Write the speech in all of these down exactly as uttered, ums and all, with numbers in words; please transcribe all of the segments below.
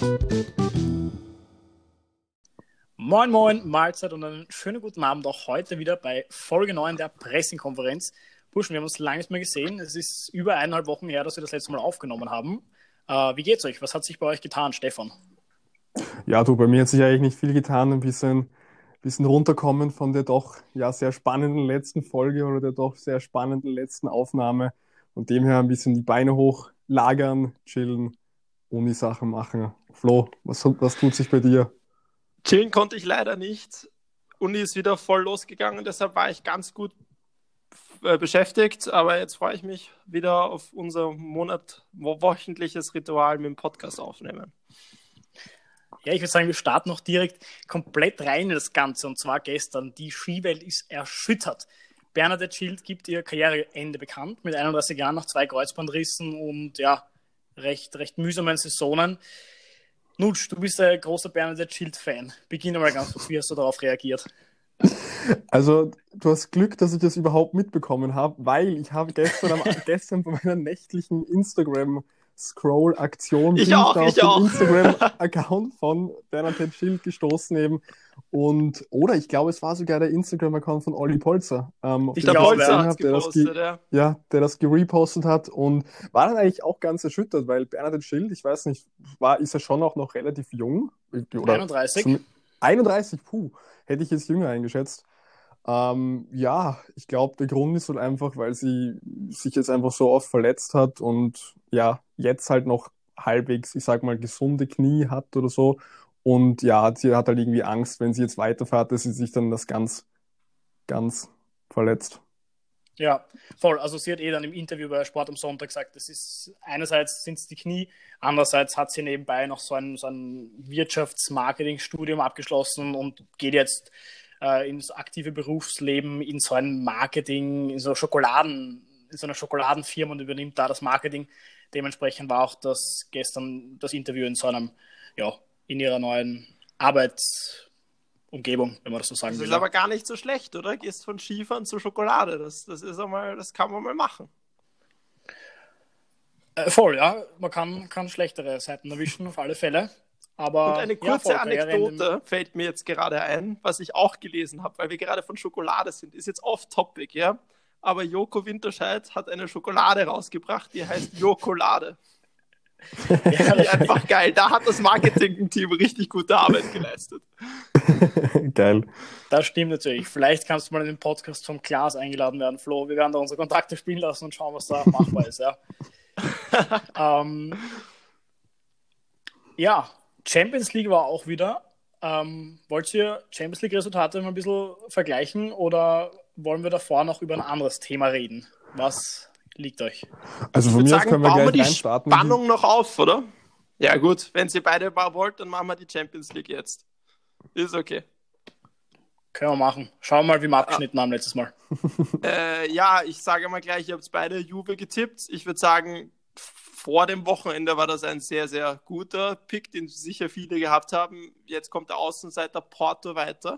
Moin Moin, Mahlzeit und einen schönen guten Abend auch heute wieder bei Folge neun der Pressekonferenz. Burschen, wir haben uns lange nicht mehr gesehen. Es ist über eineinhalb Wochen her, dass wir das letzte Mal aufgenommen haben. Äh, wie geht's euch? Was hat sich bei euch getan, Stefan? Ja, du, bei mir hat sich eigentlich nicht viel getan. Ein bisschen, bisschen runterkommen von der doch ja sehr spannenden letzten Folge oder der doch sehr spannenden letzten Aufnahme. Und dem her ein bisschen die Beine hochlagern, chillen, Uni-Sachen machen. Flo, was, was tut sich bei dir? Chillen konnte ich leider nicht. Uni ist wieder voll losgegangen, deshalb war ich ganz gut äh, beschäftigt. Aber jetzt freue ich mich wieder auf unser Monat wo- wöchentliches Ritual mit dem Podcast aufnehmen. Ja, ich würde sagen, wir starten noch direkt komplett rein in das Ganze. Und zwar gestern. Die Skiwelt ist erschüttert. Bernadette Schild gibt ihr Karriereende bekannt, mit einunddreißig Jahren nach zwei Kreuzbandrissen und ja, recht, recht mühsamen Saisonen. Nutsch, du bist ein großer Bernadette Schild-Fan. Beginn mal ganz kurz, wie hast du darauf reagiert? Also, du hast Glück, dass ich das überhaupt mitbekommen habe, weil ich habe gestern, am, gestern bei meiner nächtlichen Instagram-Scroll-Aktion Ich bin auch, da auf ich den auch. Instagram-Account von Bernadette Schild gestoßen eben. Und, oder ich glaube, es war sogar der Instagram-Account von Olli Polzer, ähm, auf Ich den ich Der das glaube, Polster gesehen ja. hat es habe, der das, ge gepostet, ja. ja, der das gerepostet hat und war dann eigentlich auch ganz erschüttert, weil Bernadette Schild, ich weiß nicht, war, ist er schon auch noch relativ jung? Oder einunddreißig. zum, einunddreißig, puh, hätte ich jetzt jünger eingeschätzt. Ähm, ja, ich glaube, der Grund ist halt einfach, weil sie sich jetzt einfach so oft verletzt hat und ja, jetzt halt noch halbwegs, ich sag mal, gesunde Knie hat oder so. Und ja, sie hat halt irgendwie Angst, wenn sie jetzt weiterfährt, dass sie sich dann das ganz, ganz verletzt. Ja, voll. Also sie hat eh dann im Interview bei Sport am Sonntag gesagt, das ist einerseits sind es die Knie, andererseits hat sie nebenbei noch so ein, so ein Wirtschaftsmarketing-Studium abgeschlossen und geht jetzt äh, ins aktive Berufsleben, in so ein Marketing, in so Schokoladen, in so einer Schokoladenfirma und übernimmt da das Marketing. Dementsprechend war auch das gestern das Interview in so einem, ja, in ihrer neuen Arbeitsumgebung, wenn man das so sagen Das will. ist Ja. aber gar nicht so schlecht, oder? Gehst von Skifahren zu Schokolade. Das, das ist einmal, das kann man mal machen. Äh, voll, ja. Man kann, kann schlechtere Seiten erwischen, auf alle Fälle. Aber Und eine ja, kurze voll, Karriereende- Anekdote fällt mir jetzt gerade ein, was ich auch gelesen habe, weil wir gerade von Schokolade sind. Ist jetzt off-topic, ja? Aber Joko Winterscheid hat eine Schokolade rausgebracht, die heißt Jokolade. Ja, Die einfach geil. Da hat das Marketing-Team richtig gute Arbeit geleistet. Geil. das stimmt natürlich. Vielleicht kannst du mal in den Podcast vom Klaas eingeladen werden, Flo. Wir werden da unsere Kontakte spielen lassen und schauen, was da machbar ist. Ja. ähm, ja, Champions League war auch wieder. Ähm, wollt ihr Champions League-Resultate mal ein bisschen vergleichen oder wollen wir davor noch über ein anderes Thema reden? Was liegt euch? Also Ich von würde mir aus sagen, können wir bauen wir gleich die reinstarten. Spannung noch auf, oder? Ja gut, wenn ihr beide mal wollt, dann machen wir die Champions League jetzt. Ist okay. Können wir machen. Schauen wir mal, wie wir abgeschnitten haben letztes Mal. Äh, ja, ich sage mal gleich, ihr habt beide Juve getippt. Ich würde sagen, vor dem Wochenende war das ein sehr, sehr guter Pick, den sicher viele gehabt haben. Jetzt kommt der Außenseiter Porto weiter.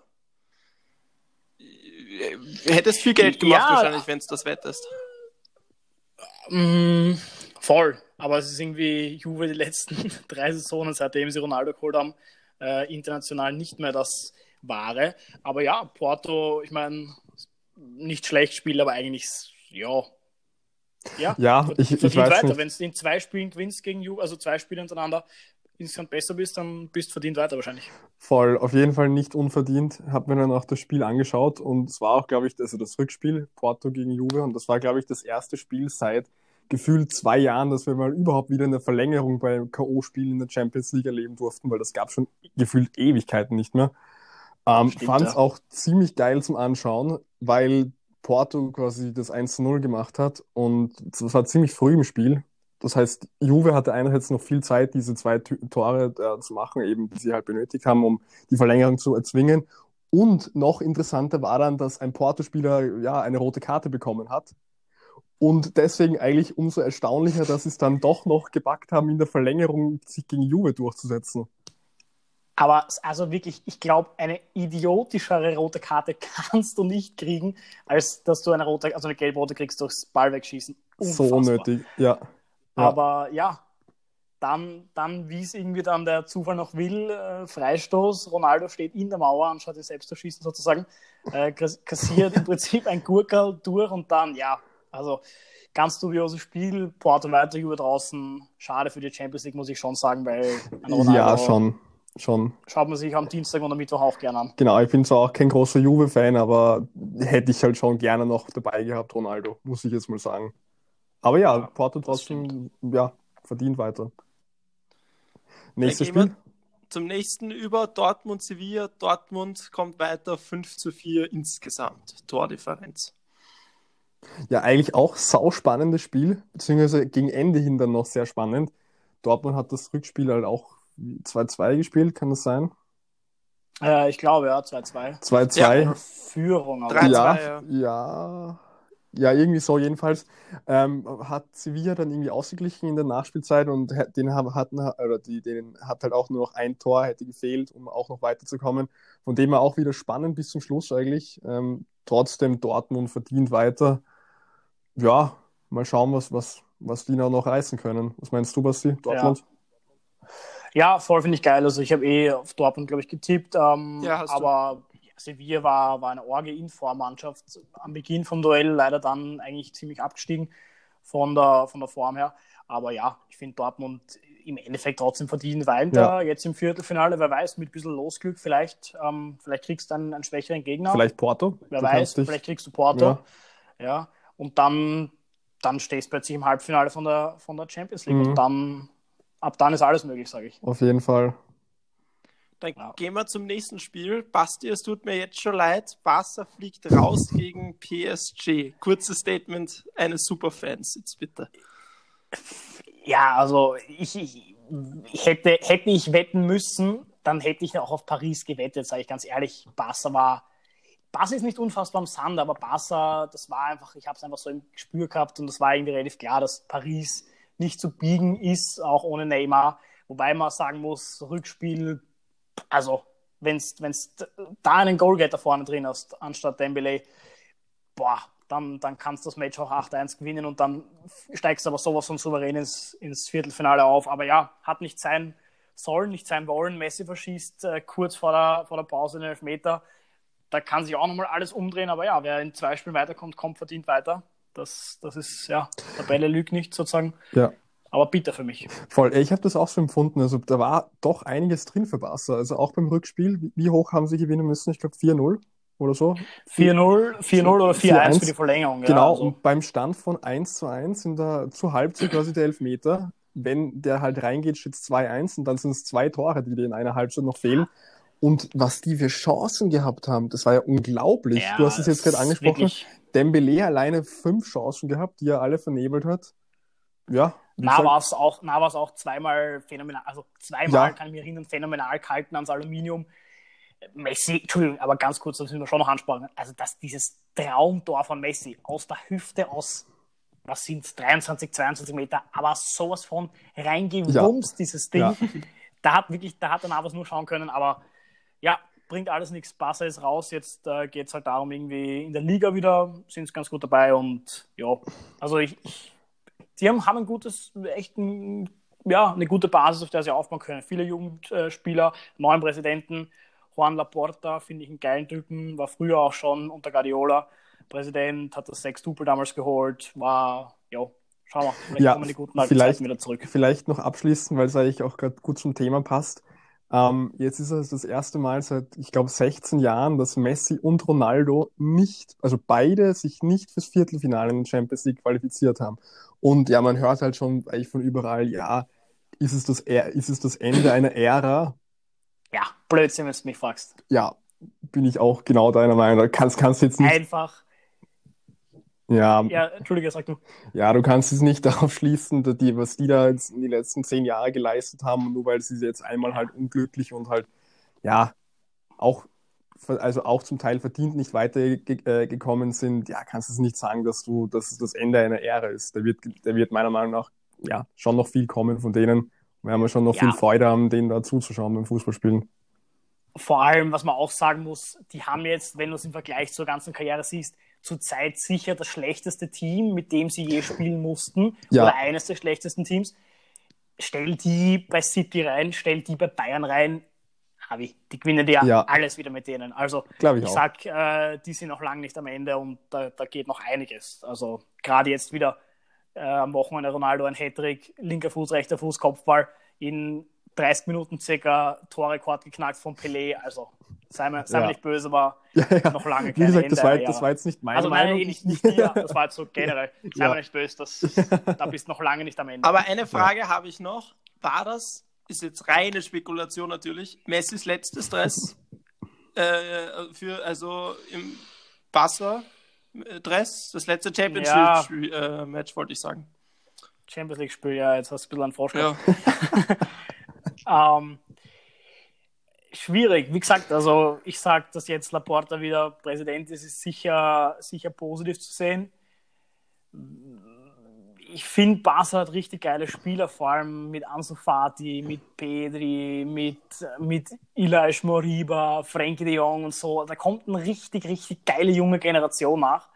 Äh, Hättest viel Geld gemacht Ja. wahrscheinlich, wenn du das wettest. Mm, voll. Aber es ist irgendwie Juve die letzten drei Saisonen, seitdem sie Ronaldo geholt haben, äh, international nicht mehr das Wahre. Aber ja, Porto, ich meine, nicht schlecht spielt, aber eigentlich, ja. Ja, Ja, ver- ich- ich verdient weiß weiter. nicht. Wenn du in zwei Spielen gewinnst gegen Juve, also zwei Spiele hintereinander insgesamt besser bist, dann bist du verdient weiter wahrscheinlich. Voll, auf jeden Fall nicht unverdient. Hab mir dann auch das Spiel angeschaut und es war auch, glaube ich, also das Rückspiel Porto gegen Juve und das war, glaube ich, das erste Spiel seit gefühlt zwei Jahren, dass wir mal überhaupt wieder eine Verlängerung beim K O-Spiel in der Champions League erleben durften, weil das gab schon gefühlt Ewigkeiten nicht mehr. Ähm, Stimmt, fand es ja. auch ziemlich geil zum Anschauen, weil Porto quasi das eins zu null gemacht hat und das war ziemlich früh im Spiel. Das heißt, Juve hatte einerseits noch viel Zeit, diese zwei Tü- Tore äh, zu machen, eben die sie halt benötigt haben, um die Verlängerung zu erzwingen. Und noch interessanter war dann, dass ein Porto-Spieler ja eine rote Karte bekommen hat. Und deswegen eigentlich umso erstaunlicher, dass sie es dann doch noch gebackt haben, in der Verlängerung sich gegen Juve durchzusetzen. Aber also wirklich, ich glaube, eine idiotischere rote Karte kannst du nicht kriegen, als dass du eine rote, also eine gelb-rote kriegst durchs Ball wegschießen. So Unfassbar. nötig, ja. Ja. Aber ja, dann, dann wie es irgendwie dann der Zufall noch will, äh, Freistoß, Ronaldo steht in der Mauer, anstatt es selbst zu schießen sozusagen, äh, kassiert im Prinzip ein Gurkerl durch und dann, ja, also ganz dubioses Spiel, Porto weiter über draußen, schade für die Champions League, muss ich schon sagen, weil ein Ronaldo Ja, schon. Schon. schaut man sich am Dienstag und am Mittwoch auch gerne an. Genau, ich bin zwar auch kein großer Juve-Fan, aber hätte ich halt schon gerne noch dabei gehabt, Ronaldo, muss ich jetzt mal sagen. Aber ja, Ja, Porto das trotzdem, ja, verdient weiter. Dann Nächstes gehen wir Spiel? zum nächsten über Dortmund-Sevilla. Dortmund kommt weiter fünf zu vier insgesamt. Tordifferenz. Ja, eigentlich auch sauspannendes Spiel, beziehungsweise gegen Ende hin dann noch sehr spannend. Dortmund hat das Rückspiel halt auch zwei zwei gespielt, kann das sein? Äh, ich glaube, ja, zwei zwei. zwei zwei. Oder Führung. Aber drei zwei, Ja, ja. ja, ja, irgendwie so jedenfalls. Ähm, hat Sevilla dann irgendwie ausgeglichen in der Nachspielzeit und hä- den haben- hatten, oder die, denen hat halt auch nur noch ein Tor hätte gefehlt, um auch noch weiterzukommen. Von dem her auch wieder spannend bis zum Schluss eigentlich. Ähm, trotzdem Dortmund verdient weiter. Ja, mal schauen, was, was, was die noch reißen können. Was meinst du, Basti? Dortmund? Ja, voll finde ich geil. Also ich habe eh auf Dortmund, glaube ich, getippt. Ähm, Ja, hast du. aber ja, Sevilla war, war eine Orge-Inform-Mannschaft. Am Beginn vom Duell leider dann eigentlich ziemlich abgestiegen von der, von der Form her. Aber ja, ich finde Dortmund im Endeffekt trotzdem verdient weiter. Ja. Jetzt im Viertelfinale, wer weiß, mit ein bisschen Losglück vielleicht. Ähm, vielleicht kriegst du einen, einen schwächeren Gegner. Vielleicht Porto? Wer Du weiß, kannst dich- vielleicht kriegst du Porto. Ja. Ja. Und dann, dann stehst du plötzlich im Halbfinale von der, von der Champions League. Mhm. Und dann, ab dann ist alles möglich, sage ich. Auf jeden Fall. Dann Ja. gehen wir zum nächsten Spiel. Basti, es tut mir jetzt schon leid. Barca fliegt raus gegen P S G. Kurzes Statement eines Superfans, jetzt bitte. Ja, also ich, ich, ich hätte, hätte ich wetten müssen, dann hätte ich auch auf Paris gewettet, sage ich ganz ehrlich. Barca war, Barca ist nicht unfassbar am Sand, aber Barca, das war einfach, ich habe es einfach so im Gespür gehabt und das war irgendwie relativ klar, dass Paris nicht zu biegen ist, auch ohne Neymar. Wobei man sagen muss, Rückspiel, also wenn du da einen Goalgetter vorne drin hast, anstatt Dembele, boah, dann, dann kannst du das Match auch acht eins gewinnen und dann steigst du aber sowas von souverän ins, ins Viertelfinale auf. Aber ja, hat nicht sein sollen, nicht sein wollen. Messi verschießt äh, kurz vor der, vor der Pause den Elfmeter. Da kann sich auch nochmal alles umdrehen, aber ja, wer in zwei Spielen weiterkommt, kommt verdient weiter. Das, das ist, ja, Tabelle lügt nicht sozusagen. Ja. Aber bitter für mich. Voll, ich habe das auch so empfunden. Also da war doch einiges drin für Barca. Also auch beim Rückspiel, wie- wie hoch haben sie gewinnen müssen? Ich glaube vier null oder so. vier null, vier null oder vier eins für die Verlängerung. Ja, Genau, also. und beim Stand von eins zu eins in der zur Halbzeit quasi der Elfmeter, wenn der halt reingeht, steht es zwei eins und dann sind es zwei Tore, die dir in einer Halbzeit noch fehlen. Und was die für Chancen gehabt haben, das war ja unglaublich. Ja, du hast es jetzt gerade das ist angesprochen. wirklich- Dembele alleine fünf Chancen gehabt, die er alle vernebelt hat. Ja. wie Na, gesagt, war es auch, na, war's auch zweimal phänomenal, also zweimal Ja. kann ich mich erinnern, phänomenal gehalten ans Aluminium. Messi, Entschuldigung, aber ganz kurz, das müssen wir schon noch ansprechen. Also, dass dieses Traumtor von Messi aus der Hüfte aus, was sind es, dreiundzwanzig, zweiundzwanzig Meter, aber sowas von reingewumst, dieses Ding. Ja. Da hat wirklich, da hat der Navas nur schauen können, aber ja, bringt alles nichts. Barca ist raus, jetzt äh, geht es halt darum, irgendwie in der Liga wieder, sind es ganz gut dabei und ja, also ich, ich die haben, haben ein gutes, echt ein, ja, eine gute Basis, auf der sie aufbauen können. Viele Jugendspieler, neuen Präsidenten. Juan Laporta finde ich einen geilen Typen, war früher auch schon unter Guardiola Präsident, hat das Sechs-Double damals geholt, war, ja, schauen wir, vielleicht Ja, kommen die guten alten vielleicht- Zeiten wieder zurück. Vielleicht noch abschließen, weil es eigentlich auch gerade gut zum Thema passt. Ähm, jetzt ist es das erste Mal seit, ich glaube, sechzehn Jahren, dass Messi und Ronaldo nicht, also beide sich nicht fürs Viertelfinale in der Champions League qualifiziert haben. Und ja, man hört halt schon eigentlich von überall, ja, ist es das, Ä- ist es das Ende einer Ära? Ja, Blödsinn, wenn du mich fragst. Ja, bin ich auch genau deiner Meinung. Da kannst, kannst jetzt nicht, Einfach, ja, ja, Entschuldige, sag du. Ja, du kannst es nicht darauf schließen, dass die, was die da jetzt in die letzten zehn Jahre geleistet haben, nur weil sie jetzt einmal halt unglücklich und halt, ja, auch, also auch zum Teil verdient nicht weitergekommen sind, ja, kannst du es nicht sagen, dass du, dass es das Ende einer Ära ist. Da wird, da wird meiner Meinung nach, ja, schon noch viel kommen von denen. Wir haben ja schon noch Ja. viel Freude haben, denen da zuzuschauen beim Fußballspielen. Vor allem, was man auch sagen muss, die haben jetzt, wenn du es im Vergleich zur ganzen Karriere siehst, zurzeit sicher das schlechteste Team, mit dem sie je spielen mussten, Ja. oder eines der schlechtesten Teams. stell die bei City rein, stell die bei Bayern rein, Avi, die gewinnen ja, Ja. alles wieder mit denen. Also Glaube ich ich auch. sag, äh, die sind noch lange nicht am Ende und da, da geht noch einiges. Also gerade jetzt wieder äh, am Wochenende Ronaldo ein Hattrick, linker Fuß, rechter Fuß, Kopfball, in dreißig Minuten circa Torrekord geknackt von Pelé. Also sei mir, sei mir Ja. nicht böse, aber Ja, ja. noch lange Wie kein gesagt, Ende das war, einer das Ära. war jetzt nicht meine Also nein, Meinung. eh nicht, nicht dir, das war jetzt so generell. Sei Ja. mir nicht böse, das, da bist du noch lange nicht am Ende. Aber eine Frage habe ich noch. War das, ist jetzt reine Spekulation natürlich, Messis letztes Dress äh, für, also im Barca-Dress, das letzte Champions Ja. League-Match, wollte ich sagen. Champions League-Spiel, ja, jetzt hast du ein bisschen einen Frosch Ja. gehabt. ähm, schwierig, wie gesagt, also ich sage, dass jetzt Laporta wieder Präsident ist, ist sicher, sicher positiv zu sehen. Ich finde, Barca hat richtig geile Spieler, vor allem mit Ansu Fati, mit Pedri, mit, mit Ilaix Moriba, Frenkie de Jong und so. Da kommt eine richtig, richtig geile junge Generation nach.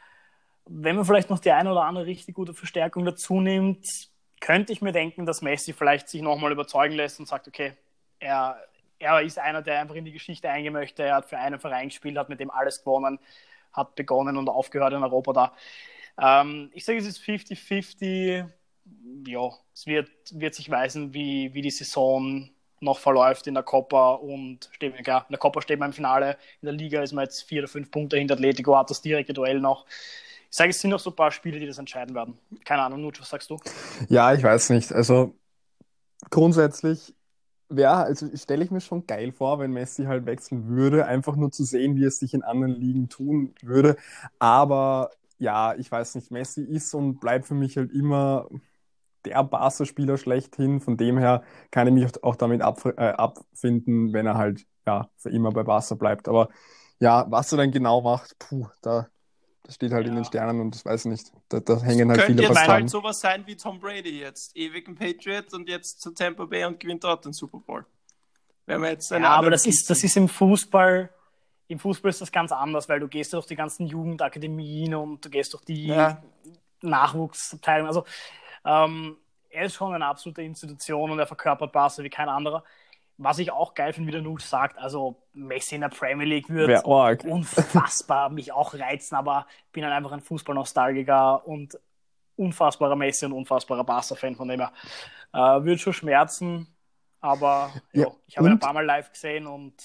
Wenn man vielleicht noch die eine oder andere richtig gute Verstärkung dazu nimmt, könnte ich mir denken, dass Messi vielleicht sich nochmal überzeugen lässt und sagt, okay, er, er ist einer, der einfach in die Geschichte eingehen möchte. Er hat für einen Verein gespielt, hat mit dem alles gewonnen, hat begonnen und aufgehört in Europa da. Ähm, ich sage, es ist fünfzig fünfzig. Ja, es wird, wird sich weisen, wie, wie die Saison noch verläuft in der Copa und steht, klar, in der Copa steht man im Finale, in der Liga ist man jetzt vier oder fünf Punkte hinter Atletico, hat das direkte Duell noch. Ich sage, es sind noch so ein paar Spiele, die das entscheiden werden. Keine Ahnung, Nutsch, was sagst du? Ja, ich weiß nicht. Also grundsätzlich wäre, also stelle ich mir schon geil vor, wenn Messi halt wechseln würde, einfach nur zu sehen, wie es sich in anderen Ligen tun würde. Aber ja, ich weiß nicht, Messi ist und bleibt für mich halt immer der Barca-Spieler schlechthin. Von dem her kann ich mich auch damit abf- äh, abfinden, wenn er halt ja für immer bei Barca bleibt. Aber ja, was er dann genau macht, puh, da das steht halt in den Ja. Sternen und das weiß ich nicht. Da, da hängen halt Könnte viele jetzt Faktoren. halt sowas sein wie Tom Brady jetzt. Ewig ein Patriot und jetzt zu Tampa Bay und gewinnt dort den Super Bowl. Wenn wir jetzt eine Ja, aber andere das ist, das ist im Fußball, im Fußball ist das ganz anders, weil du gehst durch die ganzen Jugendakademien und du gehst durch die Ja. Nachwuchsabteilungen. Also ähm, er ist schon eine absolute Institution und er verkörpert Barca wie kein anderer. Was ich auch geil finde, wie der Nutsch sagt, also Messi in der Premier League wird Wär arg. unfassbar mich auch reizen, aber bin halt einfach ein Fußball-Nostalgiker und unfassbarer Messi und unfassbarer Barca-Fan, von dem her äh, wird schon schmerzen, aber Ja, jo, ich habe ihn ein und- paar Mal live gesehen und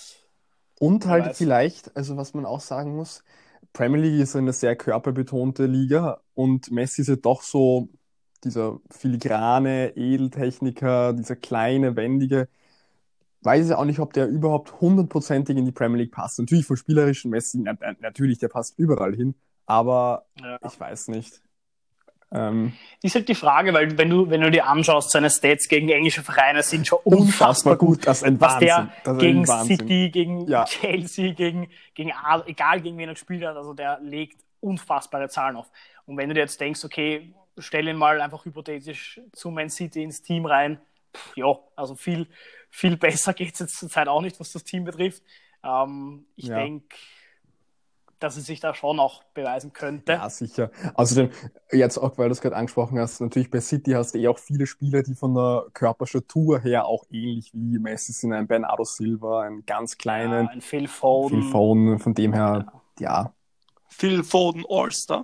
Und Wer halt weiß. vielleicht, also was man auch sagen muss, Premier League ist eine sehr körperbetonte Liga und Messi ist ja doch so dieser filigrane Edeltechniker, dieser kleine, wendige. Weiß ja auch nicht, ob der überhaupt hundertprozentig in die Premier League passt. Natürlich von spielerischen Messi, na, na, natürlich, der passt überall hin, aber ja. ich weiß nicht. Ähm, ist halt die Frage, weil wenn du, wenn du dir anschaust, seine Stats gegen englische Vereine sind schon unfassbar, unfassbar gut, das ist ein was Wahnsinn. der Das ist gegen ein Wahnsinn. City, gegen Ja. Chelsea, gegen, gegen Ar- egal gegen wen er gespielt hat, also der legt unfassbare Zahlen auf. Und wenn du dir jetzt denkst, okay, stell ihn mal einfach hypothetisch zu Man City ins Team rein, pff, ja, also viel, viel besser geht es jetzt zur Zeit auch nicht, was das Team betrifft. Ähm, ich Ja. denke, dass es sich da schon auch beweisen könnte. Ja, sicher. Außerdem, jetzt auch, weil du es gerade angesprochen hast, natürlich bei City hast du eh auch viele Spieler, die von der Körperstatur her auch ähnlich wie Messi sind. Ein Bernardo Silva, einen ganz kleinen Ja, ein Phil Foden. Phil Foden, von dem her, ja. Phil Foden All-Star.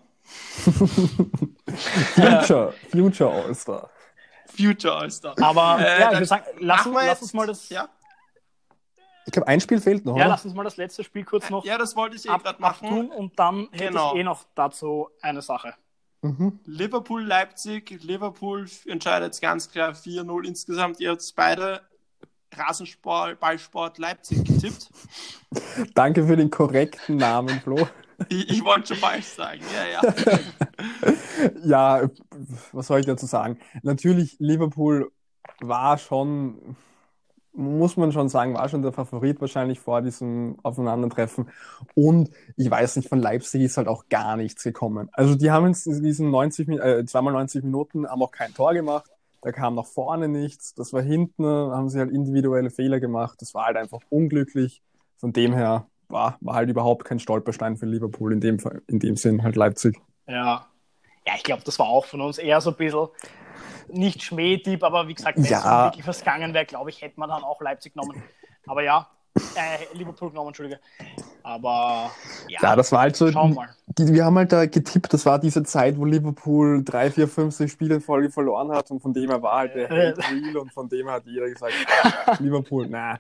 Future, Future All-Star. Future All-Star. Aber Äh, ja, ich dann würde sagen, lass, machen uns- wir lass jetzt- uns mal das, Ja, Ich glaube, ein Spiel fehlt noch, ja, oder? lass uns mal das letzte Spiel kurz noch ja, das wollte ich eh ab, gerade machen. abtun und dann hätte Genau. ich eh noch dazu eine Sache. Mhm. Liverpool-Leipzig. Liverpool entscheidet ganz klar vier null insgesamt. Ihr habt beide Rasensport, Ballsport Leipzig getippt. Danke für den korrekten Namen, Flo. Ich, ich wollte schon falsch sagen. Ja, ja. Ja, was soll ich dazu sagen? Natürlich, Liverpool war schon, muss man schon sagen, war schon der Favorit wahrscheinlich vor diesem Aufeinandertreffen. Und ich weiß nicht, von Leipzig ist halt auch gar nichts gekommen. Also die haben jetzt in diesen neunzig, Min- äh, zweimal neunzig Minuten haben auch kein Tor gemacht. Da kam nach vorne nichts. Das war hinten, haben sie halt individuelle Fehler gemacht. Das war halt einfach unglücklich. Von dem her war, war halt überhaupt kein Stolperstein für Liverpool in dem, Fall- in dem Sinn halt Leipzig. Ja, ja ich glaube, das war auch von uns eher so ein bisschen nicht Schmähtipp, aber wie gesagt, wenn Ja. es wirklich was gegangen wäre, glaube ich, hätte man dann auch Leipzig genommen. Aber ja, äh, Liverpool genommen, Entschuldige. Aber ja, Ja, das war halt so, schauen wir mal. die, wir haben halt da getippt, das war diese Zeit, wo Liverpool drei, vier, fünf, sechs Spiele in Folge verloren hat und von dem her war halt der Hate real und von dem her hat jeder gesagt, ah, Liverpool, na.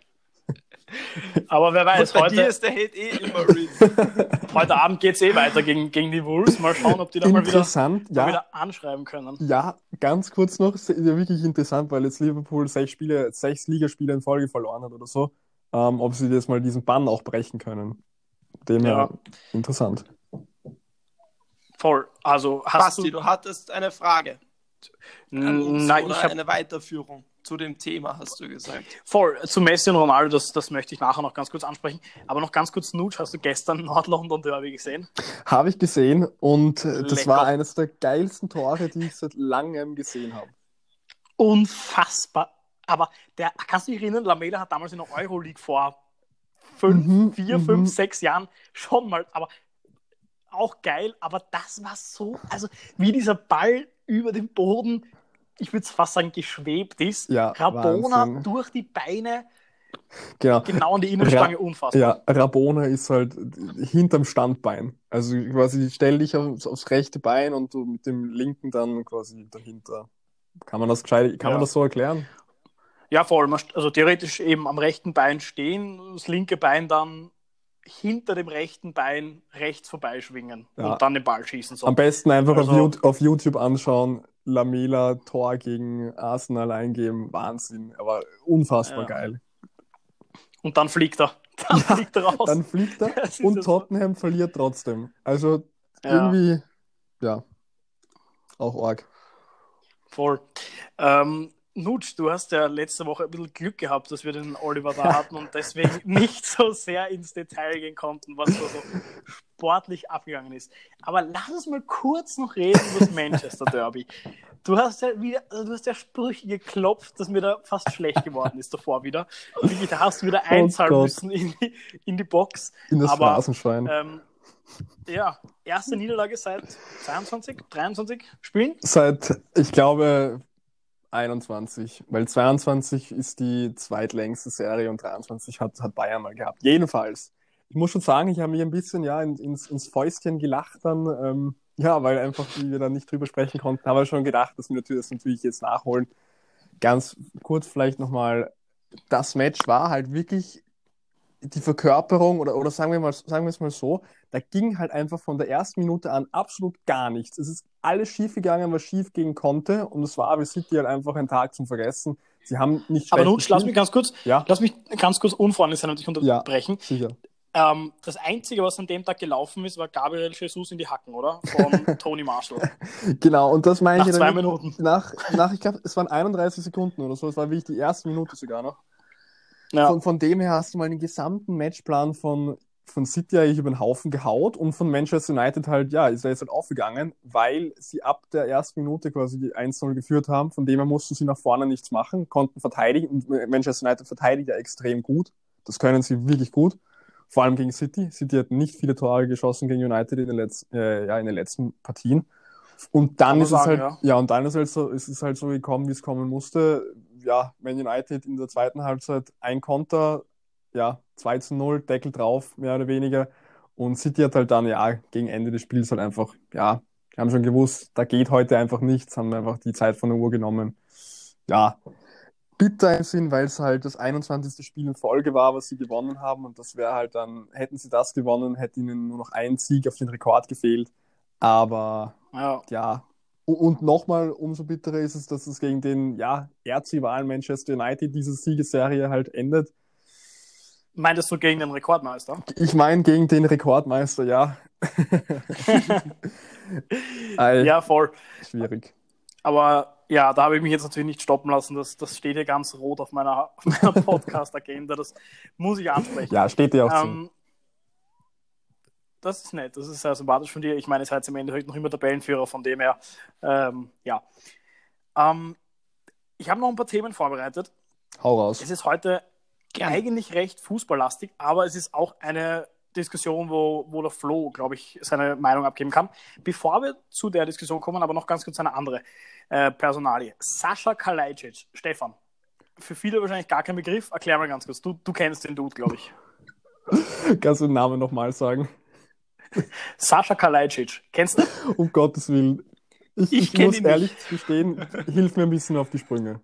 Aber wer weiß, Bei dir heute, ist der Hate eh immer real. heute Abend geht es eh weiter gegen, gegen die Wolves. Mal schauen, ob die da mal wieder, Interessant, mal ja, wieder anschreiben können. ja, ganz kurz noch, ist ja wirklich interessant, weil jetzt Liverpool sechs Spiele, sechs Ligaspiele in Folge verloren hat oder so, ähm, ob sie jetzt mal diesen Bann auch brechen können. Dem her Ja. interessant. Voll. Also hast Basti, du... du hattest eine Frage an uns Nein, oder ich habe eine Weiterführung zu dem Thema, hast du gesagt. voll. Zu Messi und Ronaldo, das, das möchte ich nachher noch ganz kurz ansprechen. Aber noch ganz kurz, Nutsch, hast du gestern Nord-London Derby gesehen? Habe ich gesehen und äh, das Lecker. war eines der geilsten Tore, die ich seit langem gesehen habe. Unfassbar. Aber der, kannst du dich erinnern, Lamela hat damals in der Euroleague vor fünf, Mhm, vier, mhm. fünf, sechs Jahren schon mal, aber auch geil, aber das war so, also wie dieser Ball über den Boden, ich würde fast sagen, geschwebt ist. Ja, Rabona Wahnsinn. durch die Beine, Genau. genau an die Innenstange, Ra- unfassbar. Ja, Rabona ist halt hinterm Standbein. Also quasi stell dich aufs, aufs rechte Bein und du mit dem linken dann quasi dahinter. Kann man das gescheit, kann Ja. man das so erklären? Ja, vor allem, also theoretisch eben am rechten Bein stehen, das linke Bein dann hinter dem rechten Bein rechts vorbeischwingen Ja. und dann den Ball schießen. So. Am besten einfach Also- auf, YouTube, auf YouTube anschauen, Lamela Tor gegen Arsenal eingeben. Wahnsinn, aber unfassbar Ja. geil. Und dann fliegt er. Dann Ja, fliegt er raus. Dann fliegt er Das ist und ja so. Tottenham verliert trotzdem. Also Ja. irgendwie, ja, auch arg. Voll. Ähm, Nutsch, du hast ja letzte Woche ein bisschen Glück gehabt, dass wir den Oliver da hatten und deswegen nicht so sehr ins Detail gehen konnten, was da so sportlich abgegangen ist. Aber lass uns mal kurz noch reden über das Manchester Derby. Du hast ja wieder, also du hast ja Sprüche geklopft, dass mir da fast schlecht geworden ist davor wieder. Wirklich, da hast du wieder einzahlen Gott. müssen in die, in die Box. In das Aber, Phrasenschwein. Ähm, ja, erste Niederlage seit zweiundzwanzig, dreiundzwanzig Spielen. Seit, ich glaube, einundzwanzig, weil zweiundzwanzig ist die zweitlängste Serie und dreiundzwanzig hat, hat Bayern mal gehabt. Jedenfalls. Ich muss schon sagen, ich habe mich ein bisschen ja in, ins, ins Fäustchen gelacht dann, ähm, ja, weil einfach, wie wir dann nicht drüber sprechen konnten, habe ich schon gedacht, dass wir natürlich, das natürlich jetzt nachholen. Ganz kurz vielleicht nochmal, das Match war halt wirklich die Verkörperung oder, oder sagen wir mal, sagen wir es mal so, da ging halt einfach von der ersten Minute an absolut gar nichts. Es ist alles schief gegangen, was schief gehen konnte und es war aber City halt einfach ein Tag zum Vergessen. Sie haben nicht Aber schlecht Nutsch, lass gespielt. mich ganz kurz, Ja. lass mich ganz kurz unfreundlich sein und dich unterbrechen. Ja, sicher. Ähm, das Einzige, was an dem Tag gelaufen ist, war Gabriel Jesus in die Hacken, oder? Von Tony Marshall. Genau, und das meine Nach ich zwei damit- Minuten. Nach, nach ich glaube, es waren einunddreißig Sekunden oder so, es war wirklich die erste Minute sogar noch. Ja. Von, von dem her hast du mal den gesamten Matchplan von, von City eigentlich über den Haufen gehaut und von Manchester United halt, ja, ist er jetzt halt aufgegangen, weil sie ab der ersten Minute quasi eins null geführt haben. Von dem her mussten sie nach vorne nichts machen, konnten verteidigen und Manchester United verteidigt ja extrem gut. Das können sie wirklich gut. Vor allem gegen City. City hat nicht viele Tore geschossen gegen United in den letzten, äh, ja, in den letzten Partien. Und dann Kann man ist es sagen, halt, ja. ja, und dann ist, halt so, ist es halt so gekommen, wie es kommen musste. Ja, Man United in der zweiten Halbzeit ein Konter, ja, zwei zu null, Deckel drauf, mehr oder weniger. Und City hat halt dann, ja, gegen Ende des Spiels halt einfach, ja, die haben schon gewusst, da geht heute einfach nichts, haben einfach die Zeit von der Uhr genommen. Ja, bitter im Sinn, weil es halt das einundzwanzigste Spiel in Folge war, was sie gewonnen haben. Und das wäre halt dann, hätten sie das gewonnen, hätte ihnen nur noch ein Sieg auf den Rekord gefehlt. Aber Ja. ja, und, und nochmal, umso bitterer ist es, dass es gegen den, ja, Erzrivalen Manchester United diese Siegesserie halt endet. Meintest du gegen den Rekordmeister? Ich meine gegen den Rekordmeister, ja. Ei, Ja, voll. schwierig. Aber ja, da habe ich mich jetzt natürlich nicht stoppen lassen. Das, das steht hier ganz rot auf meiner, auf meiner Podcast-Agenda. Das muss ich ansprechen. Ja, steht dir auch zu. Ähm, das ist nett, das ist sehr sympathisch von dir. Ich meine, ihr seid im Endeffekt noch immer Tabellenführer, von dem her, ähm, ja. Ähm, ich habe noch ein paar Themen vorbereitet. Hau raus. Es ist heute Gerne. eigentlich recht fußballlastig, aber es ist auch eine Diskussion, wo, wo der Flo, glaube ich, seine Meinung abgeben kann. Bevor wir zu der Diskussion kommen, aber noch ganz kurz eine andere äh, Personalie. Sascha Kalajdzic. Stefan, für viele wahrscheinlich gar kein Begriff. Erklär mal ganz kurz. Du, du kennst den Dude, glaube ich. Kannst du den Namen nochmal sagen? Sascha Kalajdzic. Kennst du? Um Gottes Willen. Ich, Ich ich muss ihn ehrlich nicht. gestehen, hilf mir ein bisschen auf die Sprünge.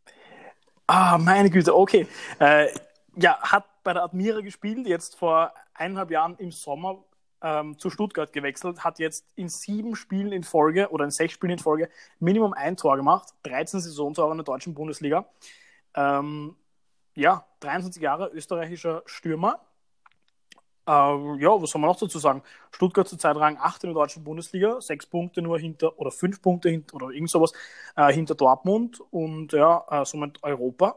Ah, meine Güte, okay. Äh, ja, hat bei der Admira gespielt, jetzt vor eineinhalb Jahren im Sommer ähm, zu Stuttgart gewechselt, hat jetzt in sieben Spielen in Folge oder in sechs Spielen in Folge Minimum ein Tor gemacht, dreizehn Saisontore in der deutschen Bundesliga. Ähm, ja, dreiundzwanzig Jahre, österreichischer Stürmer. Ähm, ja, was soll man noch dazu sagen? Stuttgart zurzeit Rang acht in der deutschen Bundesliga, sechs Punkte nur hinter, oder fünf Punkte hinter, oder irgend sowas, äh, hinter Dortmund und ja, äh, somit Europa.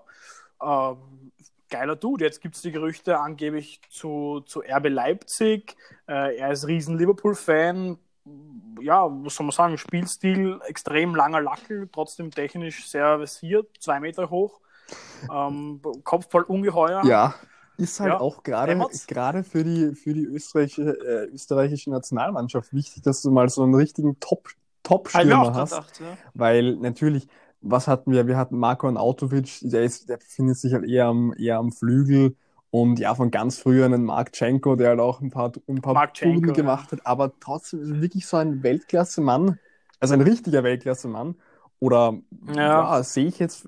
Ähm, geiler Dude. Jetzt gibt es die Gerüchte angeblich zu, zu R B Leipzig. Äh, er ist riesen Liverpool-Fan. Ja, was soll man sagen? Spielstil, extrem langer Lackel, trotzdem technisch sehr versiert, zwei Meter hoch. Ähm, Kopfball ungeheuer. Ja, ist halt Ja, auch gerade hämmert's? gerade für die, für die österreichische, äh, österreichische Nationalmannschaft wichtig, dass du mal so einen richtigen Top, Habe ich mir Top-Stürmer auch gerade hast. gedacht, ja. Weil natürlich, was hatten wir? Wir hatten Marko Arnautovic, der ist, der befindet sich halt eher am, eher am Flügel. Und ja, von ganz früher einen Marchenko, der halt auch ein paar, ein paar Marchenko, Buden ja. gemacht hat, aber trotzdem ist er wirklich so ein Weltklasse-Mann, also ein richtiger Weltklasse-Mann. Oder Ja. ja, sehe ich jetzt,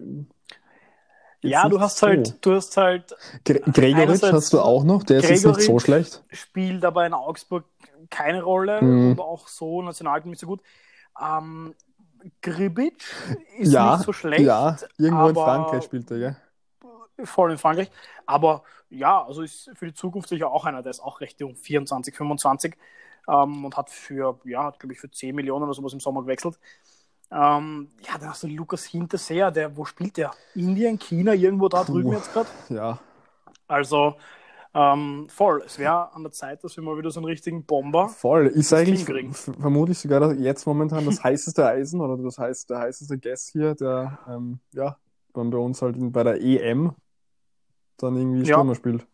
jetzt Ja, du nicht hast so. halt, du hast halt Gre Gregoritsch einerseits hast du auch noch, der ist jetzt nicht so Gregoritsch schlecht. spielt aber in Augsburg keine Rolle Mhm. und auch so national nicht so gut. Ähm, Gribic ist Ja, nicht so schlecht, ja, irgendwo in aber Frankreich spielt er, gell? voll in Frankreich. Aber ja, also ist für die Zukunft sicher auch einer, der ist auch recht jung, vierundzwanzig, fünfundzwanzig ähm, und hat für, ja, glaube ich, für zehn Millionen oder sowas im Sommer gewechselt. Ähm, ja, dann hast du Lukas Hinterseher, der, wo spielt der? Indien, China, irgendwo da drüben Puh, jetzt gerade. ja, Also ähm, voll, es wäre an der Zeit, dass wir mal wieder so einen richtigen Bomber voll. Ist ins eigentlich Team kriegen. f- vermutlich sogar das, jetzt momentan das heißeste Eisen oder das heißt der heißeste Guess hier, der ähm, ja dann bei uns halt in, bei der E M dann irgendwie Ja. Stürmer spielt.